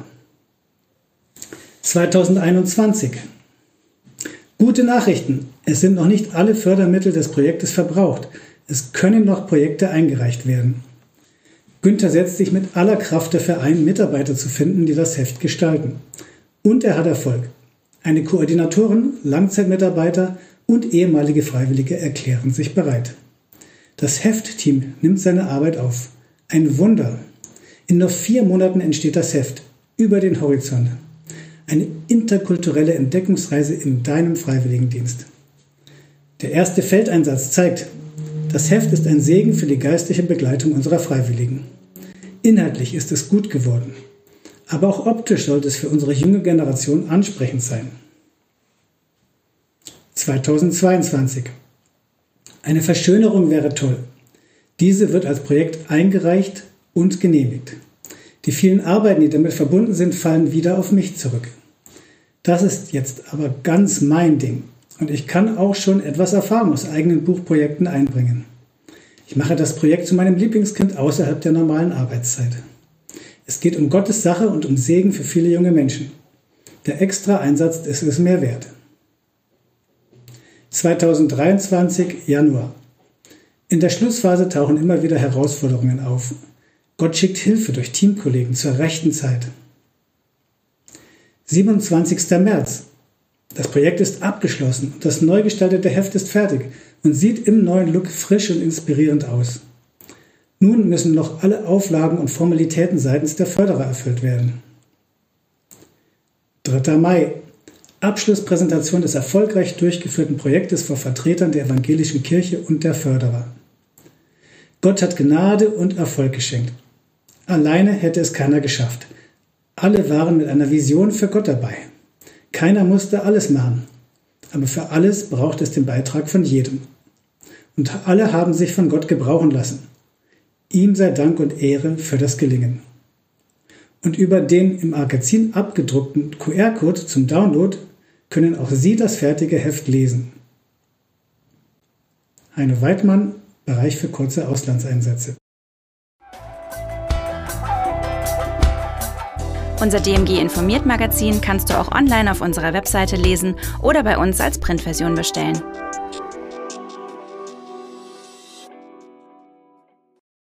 S17: 2021. Gute Nachrichten. Es sind noch nicht alle Fördermittel des Projektes verbraucht. Es können noch Projekte eingereicht werden. Günther setzt sich mit aller Kraft dafür ein, Mitarbeiter zu finden, die das Heft gestalten. Und er hat Erfolg. Eine Koordinatorin, Langzeitmitarbeiter und ehemalige Freiwillige erklären sich bereit. Das Heftteam nimmt seine Arbeit auf. Ein Wunder. In nur 4 Monaten entsteht das Heft. Über den Horizont. Eine interkulturelle Entdeckungsreise in deinem Freiwilligendienst. Der erste Feldeinsatz zeigt, das Heft ist ein Segen für die geistliche Begleitung unserer Freiwilligen. Inhaltlich ist es gut geworden. Aber auch optisch sollte es für unsere junge Generation ansprechend sein. 2022. Eine Verschönerung wäre toll. Diese wird als Projekt eingereicht und genehmigt. Die vielen Arbeiten, die damit verbunden sind, fallen wieder auf mich zurück. Das ist jetzt aber ganz mein Ding und ich kann auch schon etwas Erfahrung aus eigenen Buchprojekten einbringen. Ich mache das Projekt zu meinem Lieblingskind außerhalb der normalen Arbeitszeit. Es geht um Gottes Sache und um Segen für viele junge Menschen. Der extra Einsatz ist es mir wert. 2023 Januar. In der Schlussphase tauchen immer wieder Herausforderungen auf. Gott schickt Hilfe durch Teamkollegen zur rechten Zeit. 27. März. Das Projekt ist abgeschlossen und das neu gestaltete Heft ist fertig und sieht im neuen Look frisch und inspirierend aus. Nun müssen noch alle Auflagen und Formalitäten seitens der Förderer erfüllt werden. 3. Mai. Abschlusspräsentation des erfolgreich durchgeführten Projektes vor Vertretern der evangelischen Kirche und der Förderer. Gott hat Gnade und Erfolg geschenkt. Alleine hätte es keiner geschafft. Alle waren mit einer Vision für Gott dabei. Keiner musste alles machen. Aber für alles braucht es den Beitrag von jedem. Und alle haben sich von Gott gebrauchen lassen. Ihm sei Dank und Ehre für das Gelingen. Und über den im Magazin abgedruckten QR-Code zum Download können auch Sie das fertige Heft lesen. Heino Weidmann, Bereich für kurze Auslandseinsätze.
S1: Unser DMG Informiert Magazin kannst du auch online auf unserer Webseite lesen oder bei uns als Printversion bestellen.